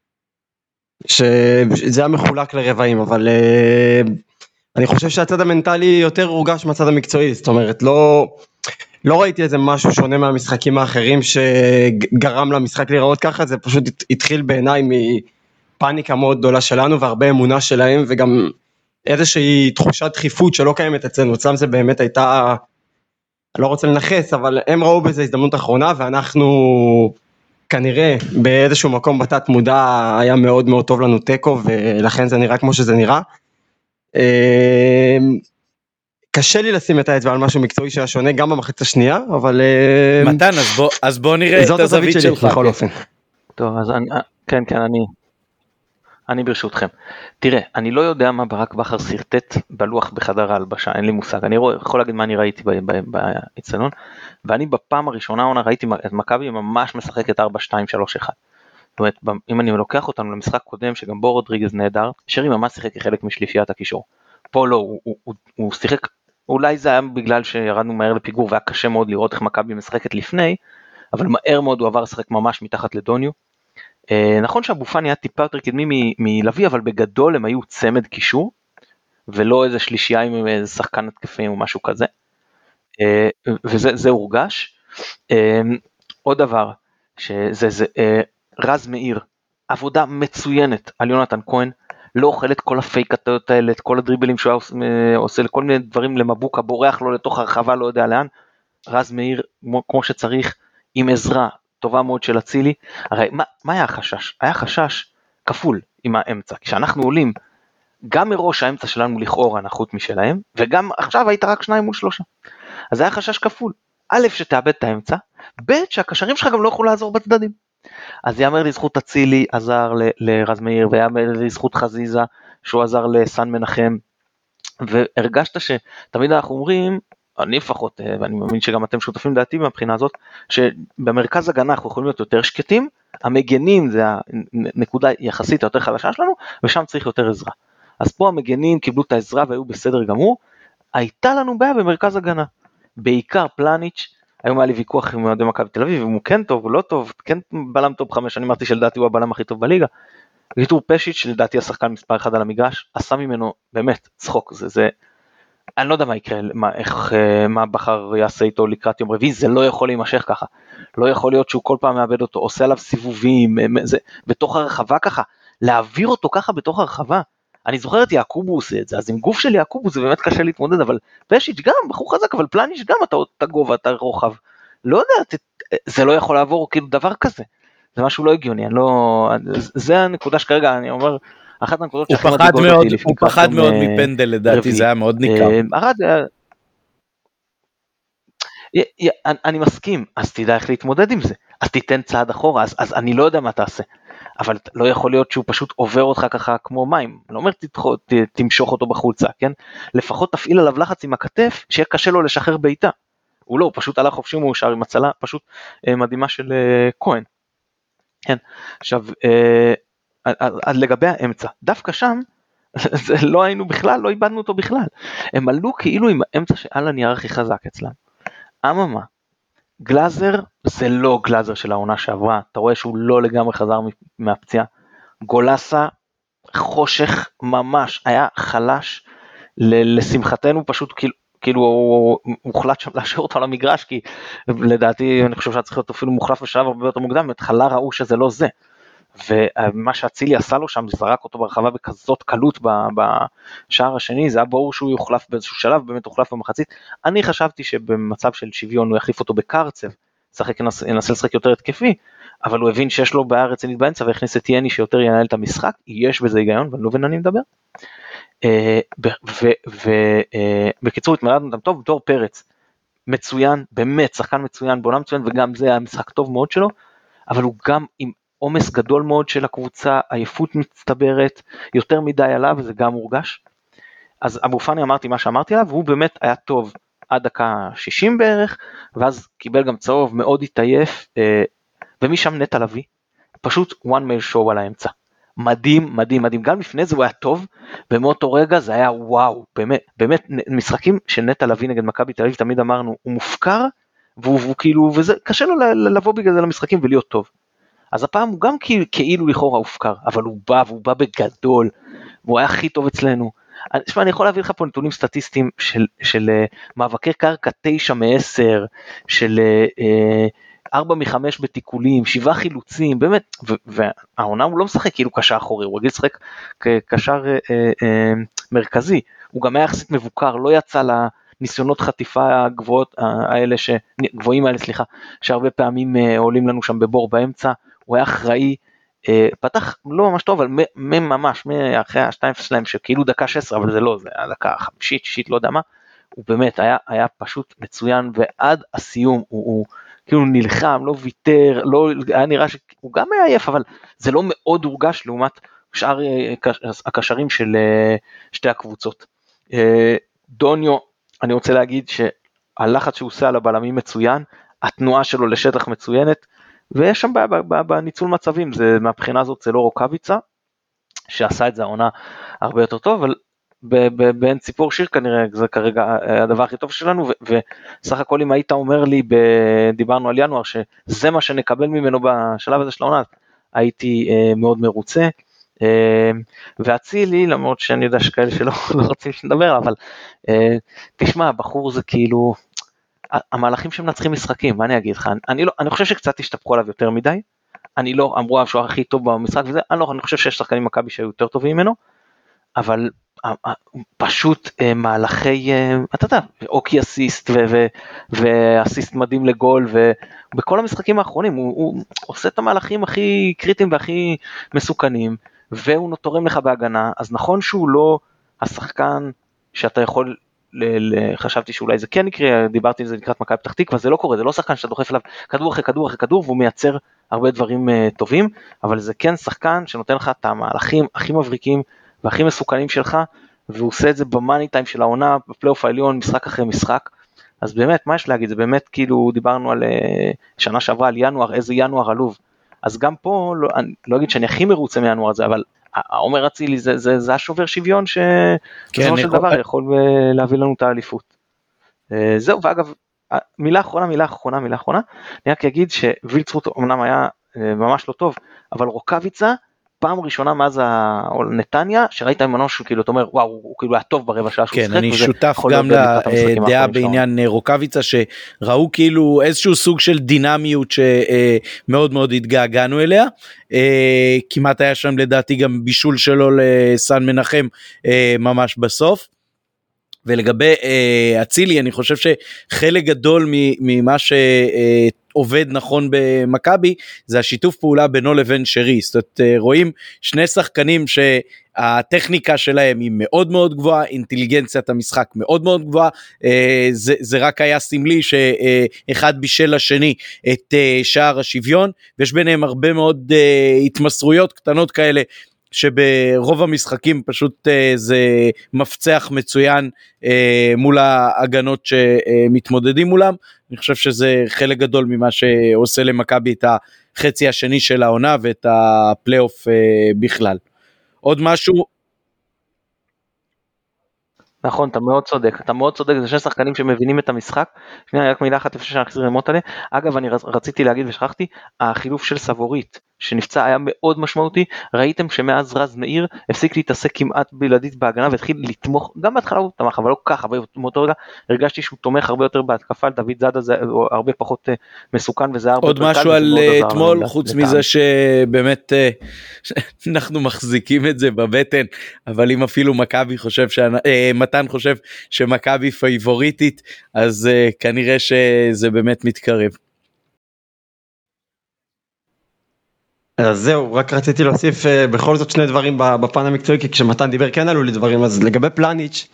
שזה היה מחולק לרבעים, אבל אני חושב שהצד המנטלי יותר הורגש מהצד המקצועי, זאת אומרת, לא ראיתי איזה משהו שונה מהמשחקים האחרים שגרם למשחק להיראות ככה, זה פשוט התחיל בעיניי מפאניקה מאוד גדולה שלנו והרבה אמונה שלהם, וגם איזושהי תחושת דחיפות שלא קיימת אצלנו, אצלם זה באמת הייתה, אני לא רוצה לנחס, אבל הם ראו בזה הזדמנות אחרונה, ואנחנו כנראה באיזשהו מקום בתת מודע היה מאוד מאוד טוב לנו טקו, ולכן זה נראה כמו שזה נראה. קשה לי לשים את האצבע על משהו מקצועי שהיה שונה, גם במחצית השנייה, אבל מתן, אז בוא נראה את הזווית שלך. בכל אופן. טוב, אז כן, אני ברשותכם. תראה, אני לא יודע מה ברק בכר סרטט בלוח בחדר ההלבשה, אין לי מושג. אני יכול להגיד מה אני ראיתי באצטדיון, ואני בפעם הראשונה ראיתי את מכבי ממש משחקת 4-2-3-1. זאת אומרת, אם אני לוקח אותנו למשחק קודם, שגם בו רודריגז נהדר, שרי ממש שיחק כחלק משלישיית הקישור. פה לא, הוא שיחק, אולי זה היה בגלל שירדנו מהר לפיגור, והיה קשה מאוד לראות איך מכבי משחקת לפני, אבל מהר מאוד הוא עבר לשחק ממש מתחת לדוניו. נכון שאבו פאני היה טיפה יותר קדמי מלוי, אבל בגדול הם היו צמד קישור, ולא איזה שלישייה עם איזה שחקן התקפים או משהו כזה, וזה הורגש. עוד דבר, שזה רז מאיר, עבודה מצוינת על יונתן כהן, לא אוכל את כל הפייקטות האלה, את כל הדריבלים שהוא עושה, לכל מיני דברים למבוקה, בורח לו לתוך הרחבה, לא יודע לאן. רז מאיר, כמו שצריך, עם עזרה טובה מאוד של אצילי. הרי מה היה החשש? היה חשש כפול עם האמצע, כשאנחנו עולים, גם מראש האמצע שלנו לכאורה נחות משלהם, וגם עכשיו היית רק 2 מול 3. אז היה חשש כפול. א', שתאבד את האמצע, ב', שהקשרים שלך גם לא יכולו לעזור בצדדים. אז יאמר לזכות אצילי עזר לרז מאיר, ויאמר לזכות חזיזה שהוא עזר לסן מנחם, והרגשת שתמיד אנחנו אומרים, אני לפחות, ואני מאמין שגם אתם שותפים דעתי מהבחינה הזאת, שבמרכז הגנה אנחנו יכולים להיות יותר שקטים, המגנים זה הנקודה יחסית היותר חלשה שלנו, ושם צריך יותר עזרה. אז פה המגנים קיבלו את העזרה והיו בסדר גמור, הייתה לנו בעיה במרכז הגנה, בעיקר פלניץ', היום היה לי ויכוח עם אוהדי מכבי תל אביב, אם הוא כן טוב או לא טוב, כן בלם טוב 5, אני אמרתי שלדעתי הוא הבלם הכי טוב בליגה, ויתור פשיץ' שלדעתי השחקן מספר 1 על המגרש, עשה ממנו באמת צחוק, אני לא יודע מה יקרה, מה בכר יעשה איתו לקראת יום רביעי, זה לא יכול להימשך ככה, לא יכול להיות שהוא כל פעם מאבד אותו, עושה עליו סיבובים, בתוך הרחבה ככה, להעביר אותו ככה בתוך הרחבה, אני זוכר את יעקובו עושה את זה, אז עם גוף של יעקובו זה באמת קשה להתמודד, אבל פשיץ' גם, בחור חזק, אבל פלניץ' גם, אתה גובה, אתה רוחב, לא יודע, זה לא יכול לעבור כאילו דבר כזה, זה משהו לא הגיוני, זה הנקודה שכרגע אני אומר, אחת הנקודות שהכי מדאיגות אותי. הוא פחד מאוד מפנדל לדעתי, זה היה מאוד ניכר. אני מסכים, אז תדע איך להתמודד עם זה, אז תיתן צעד אחורה, אז אני לא יודע מה תעשה, אבל לא יכול להיות שהוא פשוט עובר אותך ככה כמו מים, לא אומר תמשוך אותו בחולצה, כן? לפחות תפעיל עליו לחץ עם הכתף, שיהיה קשה לו לשחרר בעיטה, הוא לא, הוא פשוט עלה חופשי מאושר עם הצלה, פשוט מדהימה של כהן. כן, עכשיו, לגבי האמצע, דווקא שם, לא היינו בכלל, לא איבדנו אותו בכלל, הם עלו כאילו עם האמצע שעל הנייר הכי חזק אצלם. אממה, גלאזר זה לא גלאזר של העונה שעברה, אתה רואה שהוא לא לגמרי חזר מהפציעה, גולסה חושך ממש, היה חלש, לשמחתנו פשוט כאילו הוא הוחלט שם להשאיר אותו על המגרש, כי לדעתי אני חושב שצריך להיות אפילו מוחלף בשלב הרבה יותר מוקדם, התחלה ראו שזה לא זה, ומה שהצילי עשה לו שם, זרק אותו ברחבה בכזאת קלות בשער השני, זה היה ברור שהוא יוחלף באיזשהו שלב, באמת הוחלף במחצית, אני חשבתי שבמצב של שוויון הוא יחליף אותו בקרצב, ינסה לשחק יותר התקפי, אבל הוא הבין שיש לו בעיה רצינית באמצע, והכניס את יני שיותר ינהל את המשחק, יש בזה היגיון, ואני לא מבין אני מדבר. ובקיצור התמודדנו אותם טוב, דור פרץ, מצוין, באמת, שחקן מצוין, בעונה מצוין, וגם זה היה משחק טוב מאוד שלו, אבל הוא גם עם עומס גדול מאוד של הקבוצה, עייפות מצטברת, יותר מדי עליו, וזה גם מורגש. אז אבו פאני אמרתי מה שאמרתי עליו, והוא באמת היה טוב עד דקה 60 בערך, ואז קיבל גם צהוב, מאוד התעייף, ומשם נטע לביא, פשוט one man show על האמצע. מדהים, מדהים, מדהים, גם לפני זה הוא היה טוב, ומאותו רגע זה היה וואו, באמת, באמת, משחקים של נטע לביא נגד מכבי תל אביב, תמיד אמרנו, הוא מופקר, והוא כאילו, וזה, קשה לו לבוא בגלל זה למשחקים ולהיות טוב. אז הפעם הוא גם כאילו לכאורה הופקר, אבל הוא בא, והוא בא בגדול, והוא היה הכי טוב אצלנו. תשמע, אני יכול להביא לך פה נתונים סטטיסטיים של מאבקי קרקע 9 מ-10, של 4 מ-5 בתיקולים, 7 חילוצים, באמת, והעונה הוא לא משחק כאילו קשר אחורי, הוא רגיל לשחק כקשר מרכזי, הוא גם היה יחסית מבוקר, לא יצא לניסיונות חטיפה גבוהים האלה, שהרבה פעמים עולים לנו שם בבור באמצע, הוא היה אחראי, פתח לא ממש טוב, אבל ממש, אחרי ה-2-0 שלהם, שכאילו דקה 16, אבל זה לא, זה היה דקה 5, 6, לא יודע מה, הוא באמת היה פשוט מצוין, ועד הסיום הוא כאילו נלחם, לא ויתר, היה נראה שהוא גם היה עייף, אבל זה לא מאוד הורגש לעומת שאר הקשרים של שתי הקבוצות. דוניו, אני רוצה להגיד שהלחץ שהוא עושה על הבלמים מצוין, התנועה שלו לשטח מצוינת, ויש שם בניצול מצבים, מהבחינה הזאת זה לא רוקביצה, שעשה את זה העונה הרבה יותר טוב, אבל בין ציפור שיר כנראה, זה כרגע הדבר הכי טוב שלנו, וסך הכל אם היית אומר לי, דיברנו על ינואר, שזה מה שנקבל ממנו בשלב הזה של העונה, הייתי מאוד מרוצה, והצילי, למרות שאני יודע שכאלה שלא רוצים שנדבר, אבל תשמע, הבחור זה כאילו, המהלכים שמנצחים משחקים, מה אני אגיד לך, אני חושב שקצת השתפכו עליו יותר מדי, אני לא אמרו שהוא הכי טוב במשחק וזה, אני חושב שיש שחקנים מכבי שהיו יותר טובים ממנו, אבל פשוט מהלכי, אתה יודע, אוקי אסיסט ואסיסט מדהים לגול, ובכל המשחקים האחרונים הוא עושה את המהלכים הכי קריטיים והכי מסוכנים, והוא תורם לך בהגנה, אז נכון שהוא לא השחקן שאתה יכול, חשבתי שאולי זה כן יקרה, דיברתי על זה לקראת מכבי פתח תקווה, זה לא קורה, זה לא שחקן שאתה דוחף אליו כדור אחרי כדור אחרי כדור, והוא מייצר הרבה דברים טובים, אבל זה כן שחקן שנותן לך את המהלכים הכי מבריקים והכי מסוכנים שלך, והוא עושה את זה במאני טיים של העונה, בפלייאוף העליון, משחק אחרי משחק, אז באמת, מה יש להגיד, זה באמת כאילו דיברנו על שנה שעברה על ינואר, איזה ינואר עלוב, אז גם פה, אני לא אגיד שאני הכי מרוצה מינואר הזה, אבל עומר אצילי זה השובר שוויון שבסופו של דבר יכול להביא לנו את האליפות. זהו, ואגב, מילה אחרונה, אני רק אגיד שווילצרוט אמנם היה ממש לא טוב, אבל רוקביצה, פעם ראשונה מאז נתניה, שראית ממנו שהוא כאילו, אתה אומר, וואו, הוא כאילו היה טוב ברבע שעה שהוא שחק. כן, אני שותף גם לדעה בעניין רוקביצה, שראו כאילו איזשהו סוג של דינמיות שמאוד מאוד התגעגענו אליה, כמעט היה שם לדעתי גם בישול שלו לסן מנחם ממש בסוף, ולגבי אצילי, אני חושב שחלק גדול ממה שעובד נכון במכבי, זה השיתוף פעולה בינו לבין שרי, זאת אומרת, רואים שני שחקנים שהטכניקה שלהם היא מאוד מאוד גבוהה, אינטליגנציית המשחק מאוד מאוד גבוהה, זה רק היה סמלי שאחד בישל לשני את שער השוויון, ויש ביניהם הרבה מאוד התמסרויות קטנות כאלה, שברוב המשחקים פשוט זה מפצח מצוין מול ההגנות שמתמודדים מולם, אני חושב שזה חלק גדול ממה שעושה למכבי את החצי השני של העונה ואת הפלייאוף בכלל. עוד משהו? נכון, אתה מאוד צודק, זה שני שחקנים שמבינים את המשחק. שנייה, רק מילה אחת לפני שנחזיר למות עליה. אגב, אני רציתי להגיד ושכחתי, החילוף של סבורית, שנפצע היה מאוד משמעותי, ראיתם שמאז רז מאיר, הפסיק להתעסק כמעט בלעדית בהגנה, והתחיל לתמוך, גם בהתחלה הוא תמך, אבל לא ככה, ומאותו רגע הרגשתי שהוא תומך הרבה יותר בהתקפה, דוד זאדה זה הרבה פחות מסוכן, וזה הרבה עוד משהו על אתמול, חוץ מזה שבאמת אנחנו מחזיקים את זה בבטן, אבל אם אפילו מכבי חושב מתן חושב שמכבי פייבוריטית, אז כנראה שזה באמת מתקרב. אז זהו, רק רציתי להוסיף בכל זאת שני דברים בפן המקצועי, כי כשמתן דיבר כן עלו לי דברים, אז לגבי פלניץ',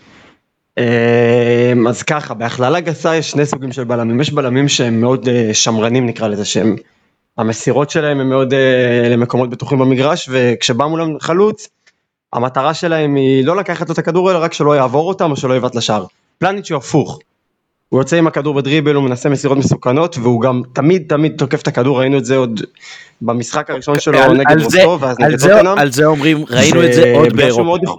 אז ככה, בהכללה גסה יש שני סוגים של בלמים, יש בלמים שהם מאוד שמרנים נקרא לזה, שהם, המסירות שלהם הם מאוד למקומות בטוחים במגרש, וכשבא מולם חלוץ, המטרה שלהם היא לא לקחת את הכדור, אלא רק שלא יעבור אותם או שלא יבט לשער. פלניץ' הוא הפוך, הוא יוצא עם הכדור בדריבל, הוא מנסה מסירות מסוכנות, והוא גם תמיד תוקף את הכדור, ראינו את זה עוד במשחק הראשון שלו נגד רוסטוב, ואז נגד טוטנהאם. על זה אומרים, ראינו את זה עוד באירופה.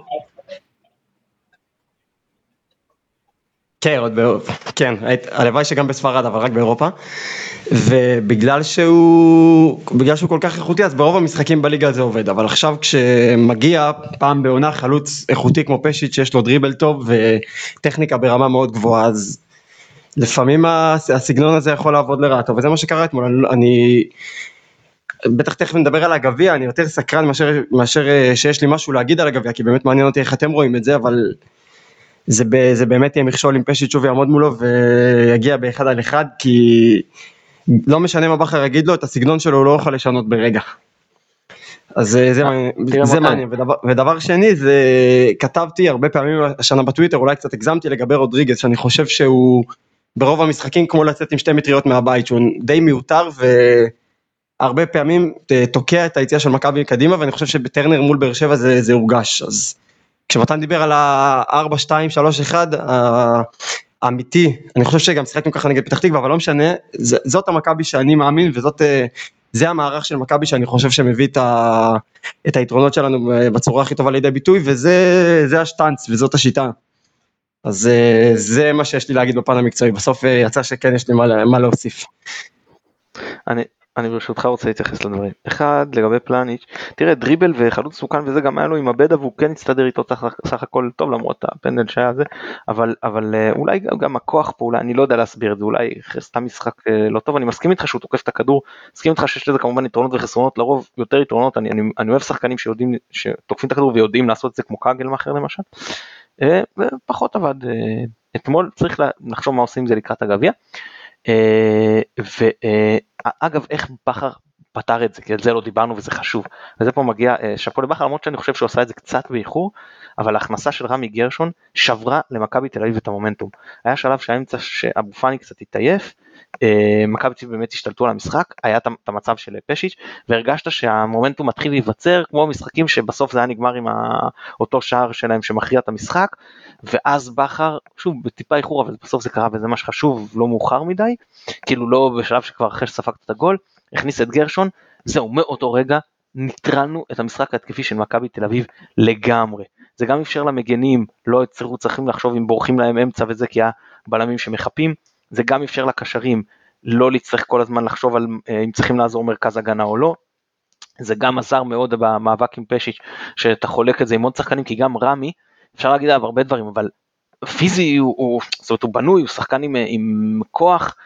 כן, עוד באירופה, כן, הלוואי שגם בספרד, אבל רק באירופה, ובגלל שהוא כל כך איכותי, אז ברוב המשחקים בליגה זה עובד, אבל עכשיו כשמגיע פעם בעונה חלוץ איכותי כמו פשיץ' שיש לו דריבל טוב, וטכניקה ברמה מאוד גבוהה, אז לפעמים הסגנון הזה יכול לעבוד לרעתו, וזה מה שקרה אתמול, אני בטח תכף נדבר על הגביע, אני יותר סקרן מאשר שיש לי משהו להגיד על הגביע, כי באמת מעניין אותי איך אתם רואים את זה, אבל זה באמת יהיה מכשול עם פשיץ' שוב יעמוד מולו ויגיע באחד על אחד, כי לא משנה מה בכר יגיד לו, את הסגנון שלו הוא לא יכול לשנות ברגע. אז זה מעניין, ודבר שני, זה כתבתי הרבה פעמים השנה בטוויטר, אולי קצת הגזמתי לגבי רודריגז, שאני חושב שהוא ברוב המשחקים כמו לצאת עם 2 מטריות מהבית, שהוא די מיותר והרבה פעמים תוקע את היציאה של מכבי קדימה, ואני חושב שבטרנר מול באר שבע זה הורגש. אז כשמתן דיבר על ה-4-2-3-1 האמיתי, אני חושב שגם שיחקנו ככה נגד פתח תקווה, אבל לא משנה, זאת המכבי שאני מאמין, זה המערך של מכבי שאני חושב שמביא את היתרונות שלנו בצורה הכי טובה לידי ביטוי, וזה השטנץ וזאת השיטה. אז זה מה שיש לי להגיד בפן המקצועי, בסוף יצא שכן יש לי מה להוסיף. אני ברשותך רוצה להתייחס לדברים. אחד, לגבי פלניץ', תראה, דריבל וחלוץ סוכן וזה גם היה לו עם הבדה, והוא כן הצטדר איתו סך הכל טוב, למרות הפנדל שהיה זה, אבל אולי גם הכוח פה, אולי, אני לא יודע להסביר את זה, אולי סתם משחק לא טוב, אני מסכים איתך שהוא תוקף את הכדור, מסכים איתך שיש לזה כמובן יתרונות וחסרונות, לרוב יותר יתרונות, אני אוהב שחקנים שתוקפים את הכדור ויודעים לעשות את זה כמו קגלמאכר למשל, ופחות עבד אתמול, צריך לחשוב מה עושים עם זה לקראת הגביע. ואגב, איך בכר פתר את זה, כי על זה לא דיברנו וזה חשוב, וזה פה מגיע שפו לבכר, למרות שאני חושב שהוא עשה את זה קצת באיחור, אבל ההכנסה של רמי גרשון שברה למכבי תל אביב את המומנטום. היה שלב שהאמצע שאבו פאני קצת התעייף, מכבי תל אביב באמת השתלטו על המשחק, היה את המצב של פשיץ', והרגשת שהמומנטום מתחיל להיווצר, כמו משחקים שבסוף זה היה נגמר עם אותו שער שלהם שמכריע את המשחק, ואז בכר, שוב בטיפה איחור, אבל בסוף זה קרה וזה מה שחשוב, לא מאוחר מדי, כאילו לא בשלב שכבר אחרי שספגת את הגול, הכניס את גרשון, זהו, מאותו רגע ניטרלנו את המשחק התקפי של מכבי תל אביב לגמרי. זה גם אפשר למגנים, לא צריכים לחשוב אם בורחים להם אמצע וזה, כי הבלמים שמחפים, זה גם אפשר לקשרים, לא להצטרך כל הזמן לחשוב על אם צריכים לעזור מרכז הגנה או לא, זה גם עזר מאוד במאבק עם פשיץ', שאתה חולק את זה עם עוד שחקנים, כי גם רמי, אפשר להגיד עליו הרבה דברים, אבל פיזי זאת אומרת, הוא בנוי, הוא שחקן עם כוח,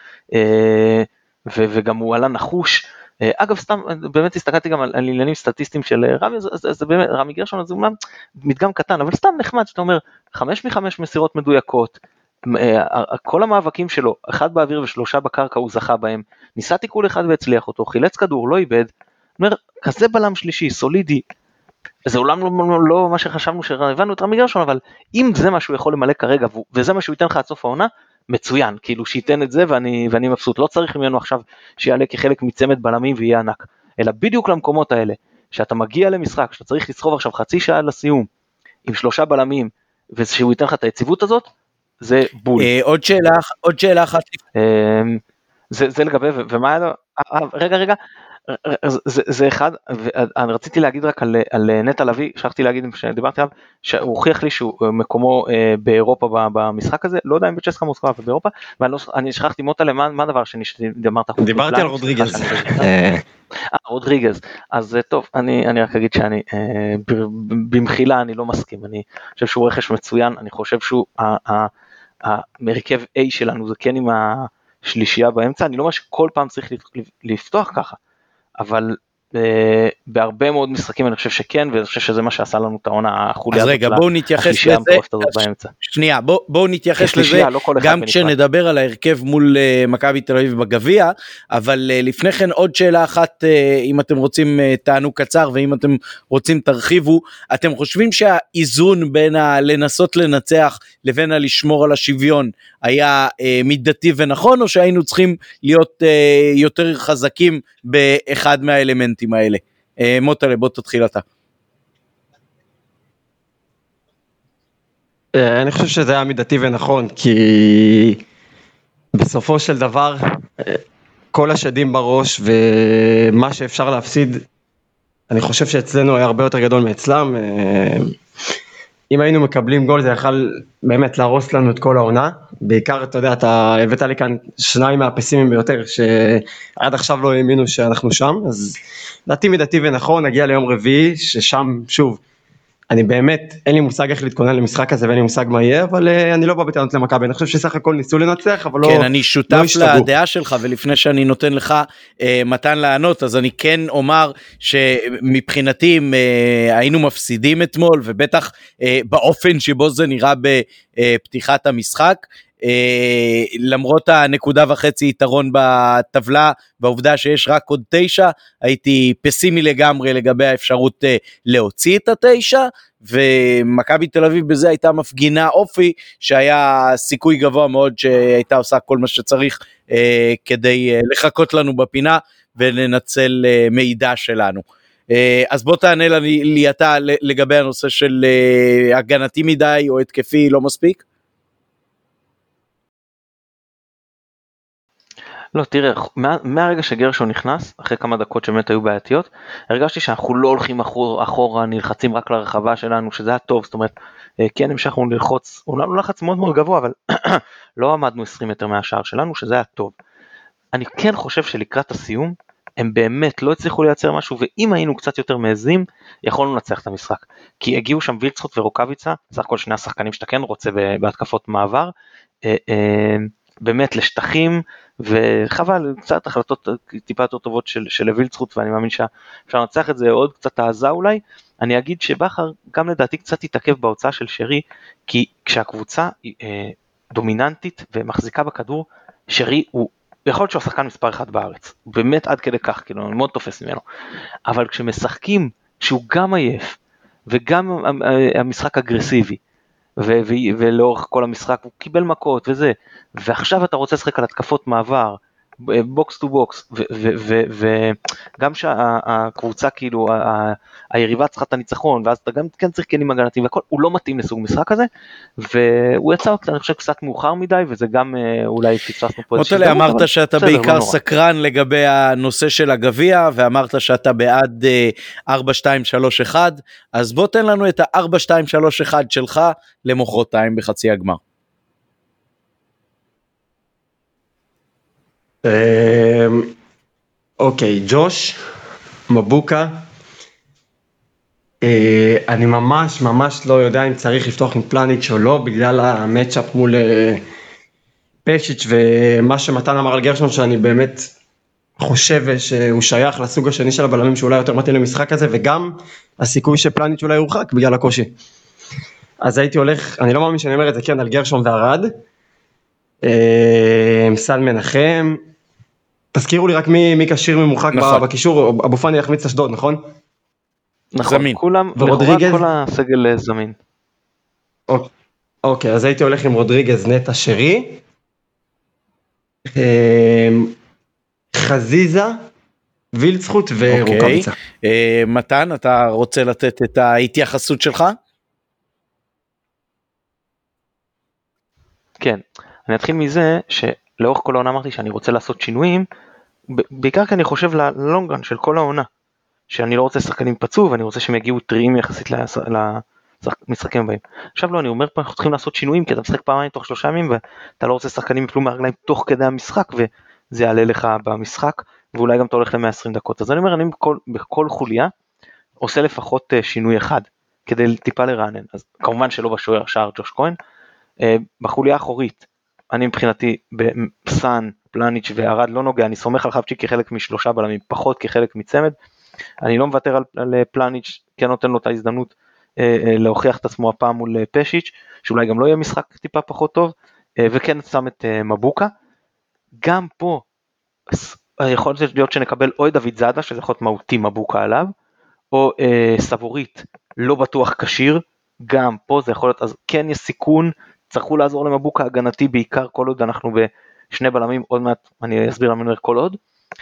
וגם הוא עלה נחוש. אגב, סתם, באמת הסתכלתי גם על עניינים סטטיסטיים של רמי, אז באמת, רמי גרשון, זה אומנם מדגם קטן, אבל סתם נחמד, שאתה אומר, 5 מ-5 מסירות מדויקות, כל המאבקים שלו, 1 באוויר ו3 בקרקע, הוא זכה בהם, ניסה תיקול אחד והצליח אותו, חילץ כדור, לא איבד, אומר, כזה בלם שלישי, סולידי, זה אולם לא מה שחשבנו שהבנו את רמי גרשון, אבל אם זה מה שהוא יכול למלא כרגע, וזה מה שהוא ייתן לך עד סוף העונה, מצוין, כאילו שייתן את זה ואני מבסוט, לא צריך ממנו עכשיו שיעלה כחלק מצמד בלמים ויהיה ענק, אלא בדיוק למקומות האלה, שאתה מגיע למשחק, שאתה צריך לסחוב עכשיו חצי שעה לסיום, עם 3 בלמים, ושהוא ייתן לך את היציבות הזאת, זה בול. עוד שאלה אחת. זה לגבי, ומה היה לו, רגע, זה אחד, אני רציתי להגיד רק על נטע לביא, שכחתי להגיד שדיברתי עליו, שהוא הוכיח לי שהוא מקומו באירופה במשחק הזה, לא יודע אם בצ'סקה מוסקבה, אבל באירופה, ואני שכחתי מוטה מה הדבר שני שדיברת? דיברתי על רודריגז. רודריגז, אז טוב, אני רק אגיד שאני, במחילה אני לא מסכים, אני חושב שהוא רכש מצוין, אני חושב שהוא, המרכב A שלנו זה כן עם השלישייה באמצע, אני לא אומר שכל פעם צריך לפתוח ככה, אבל בהרבה מאוד משחקים אני חושב שכן, ואני חושב שזה מה שעשה לנו את העונה, החוליה הזאת של השלישייה המטורפת הזאת באמצע. שנייה, בואו נתייחס לזה, גם כשנדבר על ההרכב מול מכבי תל אביב בגביע, אבל לפני כן עוד שאלה אחת, אם אתם רוצים תענו קצר, ואם אתם רוצים תרחיבו, אתם חושבים שהאיזון בין לנסות לנצח, לבין לשמור על השוויון, היה מידתי ונכון, או שהיינו צריכים להיות יותר חזקים באחד מהאלמנטים האלה? מוטלה, בוא תתחיל אתה. אני חושב שזה היה מידתי ונכון, כי בסופו של דבר כל השדים בראש ומה שאפשר להפסיד, אני חושב שאצלנו היה הרבה יותר גדול מאצלם. אם היינו מקבלים גול זה יכל באמת להרוס לנו את כל העונה, בעיקר אתה יודע, אתה הבאת לי כאן שניים מהפסימיים ביותר שעד עכשיו לא האמינו שאנחנו שם, אז דעתי מידתי ונכון, נגיע ליום רביעי ששם שוב, אני באמת, אין לי מושג איך להתכונן למשחק הזה, ואין לי מושג מה יהיה, אבל אני לא בא בטענות למכבי, אני חושב שסך הכל ניסו לנצח, אבל לא... כן, אני שותף לדעה שלך, ולפני שאני נותן לך מתן לענות, אז אני כן אומר שמבחינתי היינו מפסידים אתמול, ובטח באופן שבו זה נראה בפתיחת המשחק, למרות הנקודה וחצי יתרון בטבלה, בעובדה שיש רק עוד 9, הייתי פסימי לגמרי לגבי האפשרות להוציא את 9, ומכבי תל אביב בזה הייתה מפגינה אופי, שהיה סיכוי גבוה מאוד שהייתה עושה כל מה שצריך כדי לחכות לנו בפינה, ולנצל מידע שלנו. אז בוא תענה לי אתה לגבי הנושא של הגנתי מדי או התקפי לא מספיק? לא, תראה, מהרגע שגרשון נכנס, אחרי כמה דקות שבאמת היו בעייתיות, הרגשתי שאנחנו לא הולכים אחורה, נלחצים רק לרחבה שלנו, שזה היה טוב, זאת אומרת, כן המשכנו ללחוץ, אולי לחץ מאוד מאוד גבוה, אבל לא עמדנו 20 מטר מהשער שלנו, שזה היה טוב. אני כן חושב שלקראת הסיום, הם באמת לא הצליחו לייצר משהו, ואם היינו קצת יותר מעזים, יכולנו לנצח את המשחק. כי הגיעו שם וילצחוט ורוקביצה, סך הכל שני השחקנים שאתה כן רוצה בהתקפות מעבר, באמת לשטחים, וחבל, קצת החלטות טיפה יותר טובות של וילצחוט, ואני מאמין שאפשר לנצח את זה, עוד קצת תעזה אולי. אני אגיד שבחר גם לדעתי קצת יתעכב בהוצאה של שרי, כי כשהקבוצה דומיננטית ומחזיקה בכדור, שרי הוא, יכול להיות שהוא השחקן מספר 1 בארץ, באמת עד כדי כך, כאילו, אני מאוד תופס ממנו, אבל כשמשחקים, שהוא גם עייף, וגם המשחק אגרסיבי, ולאורך כל המשחק הוא קיבל מכות וזה, ועכשיו אתה רוצה לשחק על התקפות מעבר, בוקס טו בוקס, וגם שהקבוצה כאילו, היריבה צריכה את הניצחון, ואז אתה גם כן צריך כלים הגנתיים והכל, הוא לא מתאים לסוג משחק הזה, והוא יצא, אני חושב, קצת מאוחר מדי, וזה גם אולי פספסנו פה איזושהי דמות. אמרת שאתה בעיקר סקרן לגבי הנושא של הגביע, ואמרת שאתה בעד 4-2-3-1, אז בוא תן לנו את ה-4-2-3-1 שלך, למחרתיים בחצי הגמר. אוקיי, ג'וש, מבוקה, אני ממש לא יודע אם צריך לפתוח עם פלניץ' או לא, בגלל המאצ'אפ מול פשיץ' ומה שמתן אמר על גרשון, שאני באמת חושב שהוא שייך לסוג השני של הבלמים שאולי יותר מתאים למשחק הזה, וגם הסיכוי שפלניץ' אולי יורחק בגלל הקושי. אז הייתי הולך, אני לא מאמין שאני אומר את זה, כן, על גרשון והרד, סל מנחם, תזכירו לי רק מי כשיר ממורחק בקישור, אבו פאני יחמיץ אשדוד, נכון? נכון, כולם, ורודריגז, כל הסגל זמין. אוקיי, אז הייתי הולך עם רודריגז, נטע, שרי, חזיזה, וילצחוט ורוקביצה. מתן, אתה רוצה לתת את ההתייחסות שלך? כן, אני אתחיל מזה שלאורך כל העונה אמרתי שאני רוצה לעשות שינויים, בעיקר כי אני חושב ללונגרן של כל העונה, שאני לא רוצה שחקנים פצעו, ואני רוצה שהם יגיעו טריים יחסית למשחקים הבאים. עכשיו לא, אני אומר פה, אנחנו צריכים לעשות שינויים, כי אתה משחק פעמיים תוך 3 ימים, ואתה לא רוצה שחקנים יפלו מהרגליים תוך כדי המשחק, וזה יעלה לך במשחק, ואולי גם אתה הולך ל-120 דקות. אז אני אומר, אני בכל חוליה עושה לפחות שינוי אחד, כדי טיפה לרענן. אז כמובן שלא בשוער שער ג'וש כהן, בחוליה האחורית, אני מבחינתי בסן, פלניץ' והרד לא נוגע, אני סומך על חבצ'יק כחלק מ3 בלמים, פחות כחלק מצמד, אני לא מוותר על פלניץ', כן נותן לו את ההזדמנות להוכיח את עצמו הפעם מול פשיץ', שאולי גם לא יהיה משחק טיפה פחות טוב, וכן שם את מבוקה. גם פה יכול להיות שנקבל או את דוד זאדה, שזה יכול להיות מהותי מבוקה עליו, או סבורית, לא בטוח קשיר, גם פה זה יכול להיות, אז כן יש סיכון, צריכו לעזור למבוקה הגנתי, בעיקר כל עוד אנחנו בשני בלמים, עוד מעט אני אסביר למה אני אומר כל עוד,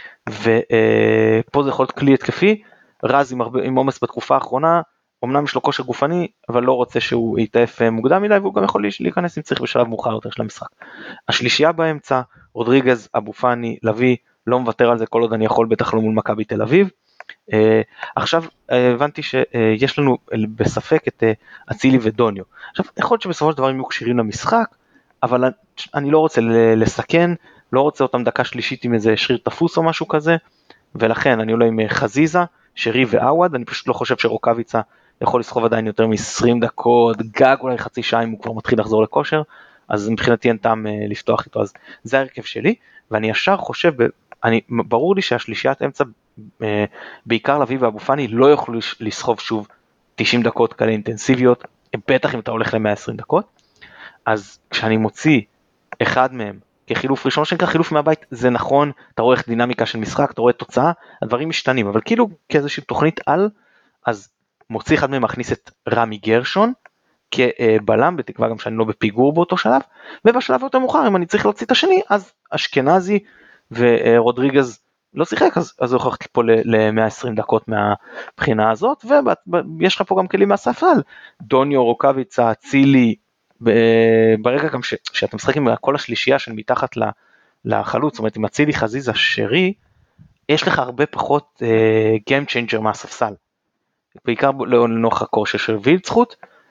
ופה זה יכול להיות כלי התקפי, רז עם עומס בתקופה האחרונה, אמנם יש לו כושר גופני, אבל לא רוצה שהוא יתעף מוקדם מדי, והוא גם יכול להיכנס אם צריך בשלב מאוחר יותר של המשחק. השלישייה באמצע, רודריגז, אבו פאני, לוי, לא מוותר על זה כל עוד אני יכול, בטח לא מול מכבי תל אביב. עכשיו הבנתי שיש לנו בספק את אצילי ודוניו. עכשיו יכול להיות שבסופו של דבר הם יהיו קשירים למשחק, אבל אני לא רוצה לסכן, לא רוצה אותם דקה שלישית עם איזה שריר תפוס או משהו כזה, ולכן אני עולה עם חזיזה, שרי ועווד, אני פשוט לא חושב שרוקביצה יכול לסחוב עדיין יותר מ-20 דקות, גג אולי חצי שעה אם הוא כבר מתחיל לחזור לכושר, אז מבחינתי אין טעם לפתוח איתו, אז זה ההרכב שלי, ואני ישר חושב, ברור לי שהשלישיית אמצע, בעיקר לוי ואבו פאני, לא יוכלו לסחוב שוב 90 דקות כאלה אינטנסיביות, בטח אם אתה הולך ל-120 דקות, אז כשאני מוציא אחד מהם, כחילוף ראשון שנקרא חילוף מהבית, זה נכון, אתה רואה איך דינמיקה של משחק, אתה רואה תוצאה, הדברים משתנים, אבל כאילו כאיזושהי תוכנית על, אז מוציא אחד מהם מכניס את רמי גרשון, כבלם, בתקווה גם שאני לא בפיגור באותו שלב, ובשלב יותר מאוחר, אם אני צריך להוציא את השני, אז אשכנזי ורודריגז לא שיחק, אז הוא יכול ללכת פה ל-120 דקות מהבחינה הזאת, ויש לך פה גם כלים מהספסל, דוניו, רוקביצה, צילי, ברגע גם שאתה משחק עם כל השלישייה של מתחת לחלוץ, זאת אומרת עם אצילי, חזיזה, שרי, יש לך הרבה פחות game changer מהספסל, בעיקר לנוח הכושר של וילצחוט,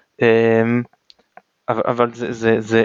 אבל זה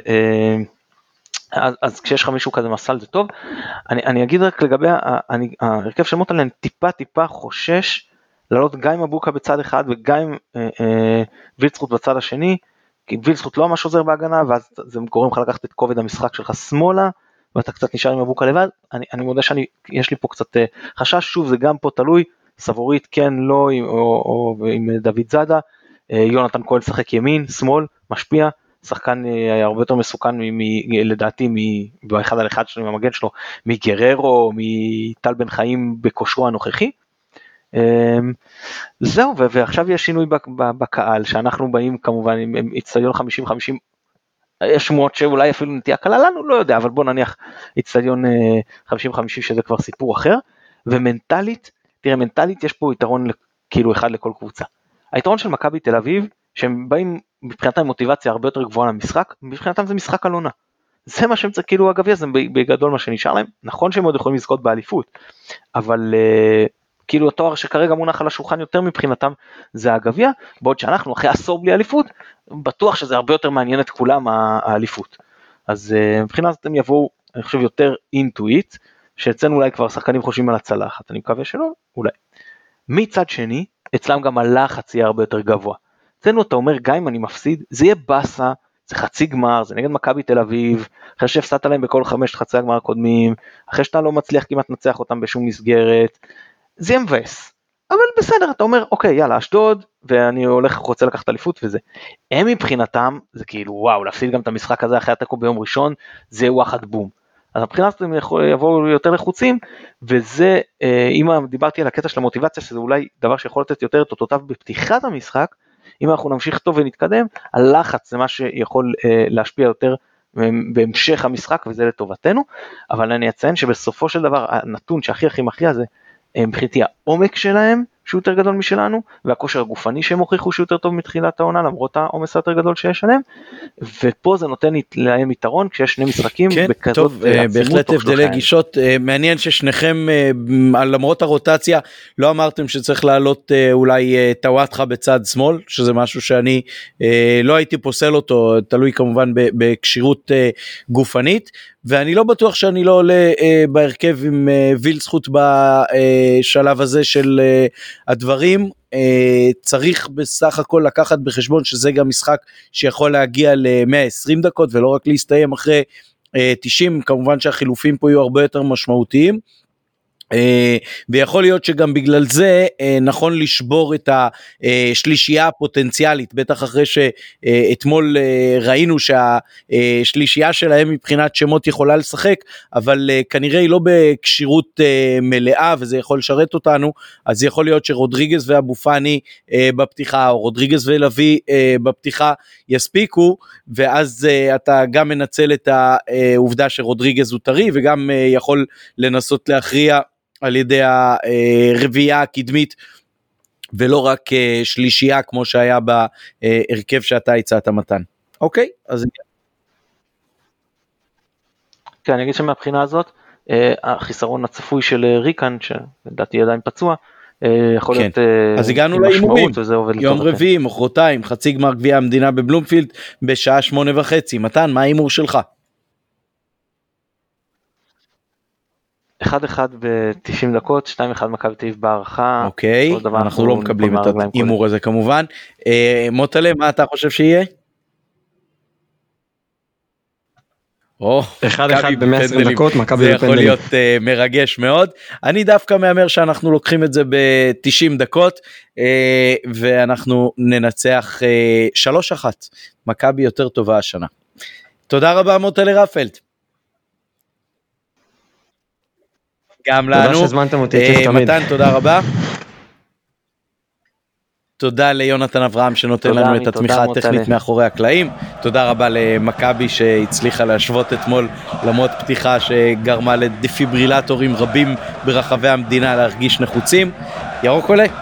אז כשיש לך מישהו כזה מסל זה טוב. אני אגיד רק לגבי ההרכב של מוטלן, טיפה חושש לעלות גם עם מבוקה בצד אחד וגם עם וילצחוט בצד השני, כי וילצחוט לא ממש עוזר בהגנה, ואז זה גורם לך לקחת את כובד המשחק שלך שמאלה, ואתה קצת נשאר עם מבוקה לבד. אני מודה שיש לי פה קצת חשש, שוב זה גם פה תלוי, סבורית כן, לא, או עם דוד זאדה, יונתן כהן שחק ימין, שמאל, משפיע, שחקן הרבה יותר מסוכן לדעתי באחד על אחד שלו עם המגן שלו, מגררו, מטל בן חיים בכושרו הנוכחי. זהו, ועכשיו יש שינוי בקהל, שאנחנו באים כמובן עם אצטדיון 50-50, יש שמועות שאולי אפילו נטייה קלה לנו, לא יודע, אבל בוא נניח אצטדיון 50-50 שזה כבר סיפור אחר, ומנטלית, תראה מנטלית יש פה יתרון כאילו אחד לכל קבוצה. היתרון של מכבי תל אביב, שהם באים מבחינתם מוטיבציה הרבה יותר גבוהה למשחק, מבחינתם זה משחק על עונה. זה מה שהם כאילו הגביע, זה בגדול מה שנשאר להם, נכון שהם עוד יכולים לזכות באליפות, אבל כאילו התואר שכרגע מונח על השולחן יותר מבחינתם זה הגביע, בעוד שאנחנו אחרי עשור בלי אליפות, בטוח שזה הרבה יותר מעניין את כולם האליפות. אז מבחינת הם יבואו, אני חושב יותר אינטואיט, שאצלנו אולי כבר שחקנים חושבים על הצלחת, אני מקווה שלא, אולי. מצד שני, אצלם גם הלחץ יהיה הרבה יותר גבוה. אצלנו אתה אומר, גם אם אני מפסיד, זה יהיה בסה, זה חצי גמר, זה נגד מכבי תל אביב, אחרי שהפסדת להם בכל 5 חצי הגמר הקודמים, אחרי שאתה לא מצליח כמעט לנצח אותם בשום מסגרת, זה יהיה מבאס. אבל בסדר, אתה אומר, אוקיי, יאללה, אשדוד, ואני רוצה לקחת אליפות וזה. הם מבחינתם, זה כאילו, וואו, להפסיד גם את המשחק הזה אחרי התיקו ביום ראשון, זה וואחד בום. אז מבחינת הם יבואו יותר לחוצים, וזה, אם דיברתי על הקטע של המוטיבציה, שזה אולי דבר שיכול לתת יותר את אותותיו בפתיחת המשחק, אם אנחנו נמשיך טוב ונתקדם, הלחץ זה מה שיכול להשפיע יותר בהמשך המשחק, וזה לטובתנו, אבל אני אציין שבסופו של דבר, הנתון שהכי מכריע זה, מבחינתי העומק שלהם, שהוא יותר גדול משלנו, והכושר הגופני שהם הוכיחו שהוא יותר טוב מתחילת העונה, למרות העומס היותר גדל שיש עליהם, ופה זה נותן להם יתרון, כשיש שני משחקים, כן, טוב, בהחלט הבדלי גישות, מעניין ששניכם, למרות הרוטציה, לא אמרתם שצריך לעלות אולי טוואטחה בצד שמאל, שזה משהו שאני לא הייתי פוסל אותו, תלוי כמובן בקשירות גופנית, ואני לא בטוח שאני לא עולה בהרכב עם וילצחוט בשלב הזה של הדברים, צריך בסך הכל לקחת בחשבון שזה גם משחק שיכול להגיע ל-120 דקות ולא רק להסתיים אחרי 90, כמובן שהחילופים פה יהיו הרבה יותר משמעותיים, ויכול להיות שגם בגלל זה נכון לשבור את השלישייה הפוטנציאלית, בטח אחרי שאתמול ראינו שהשלישייה שלהם מבחינת שמות יכולה לשחק, אבל כנראה היא לא בקשירות מלאה וזה יכול לשרת אותנו, אז יכול להיות שרודריגז ואבו פאני בפתיחה, או רודריגז ולוי בפתיחה יספיקו, ואז אתה גם מנצל את העובדה שרודריגז הוא טרי, וגם יכול לנסות להכריע על ידי הרביעייה הקדמית, ולא רק שלישייה כמו שהיה בהרכב שאתה הצעת מתן. אוקיי? אז כן, אני אגיד שמהבחינה הזאת, החיסרון הצפוי של ריקן, שלדעתי עדיין פצוע, יכול להיות אז הגענו לאימונים, יום לטובתנו. רביעי, מחרתיים, חצי גמר גביע המדינה בבלומפילד, בשעה 8:30. מתן, מה האימור שלך? 1-1 ב-90 דקות, 2-1 מכבי תל אביב בהערכה. אוקיי, אנחנו לא מקבלים את האימור הזה כמובן. מוטלה, מה אתה חושב שיהיה? 1-1 ב-120 דקות, מכבי זה בפנדלים. יכול להיות מרגש מאוד. אני דווקא מאמר שאנחנו לוקחים את זה ב-90 דקות, ואנחנו ננצח 3-1. מכבי יותר טובה השנה. תודה רבה מוטלה רפלד. גם לנו. תודה שהזמנתם אותי, כיף תמיד. מתן, תודה רבה. תודה ליונתן אברהם שנותן לנו את התמיכה הטכנית מאחורי הקלעים. תודה רבה למכבי שהצליחה להשוות אתמול למרות פתיחה שגרמה לדפיברילטורים רבים ברחבי המדינה להרגיש נחוצים. ירוק עולה.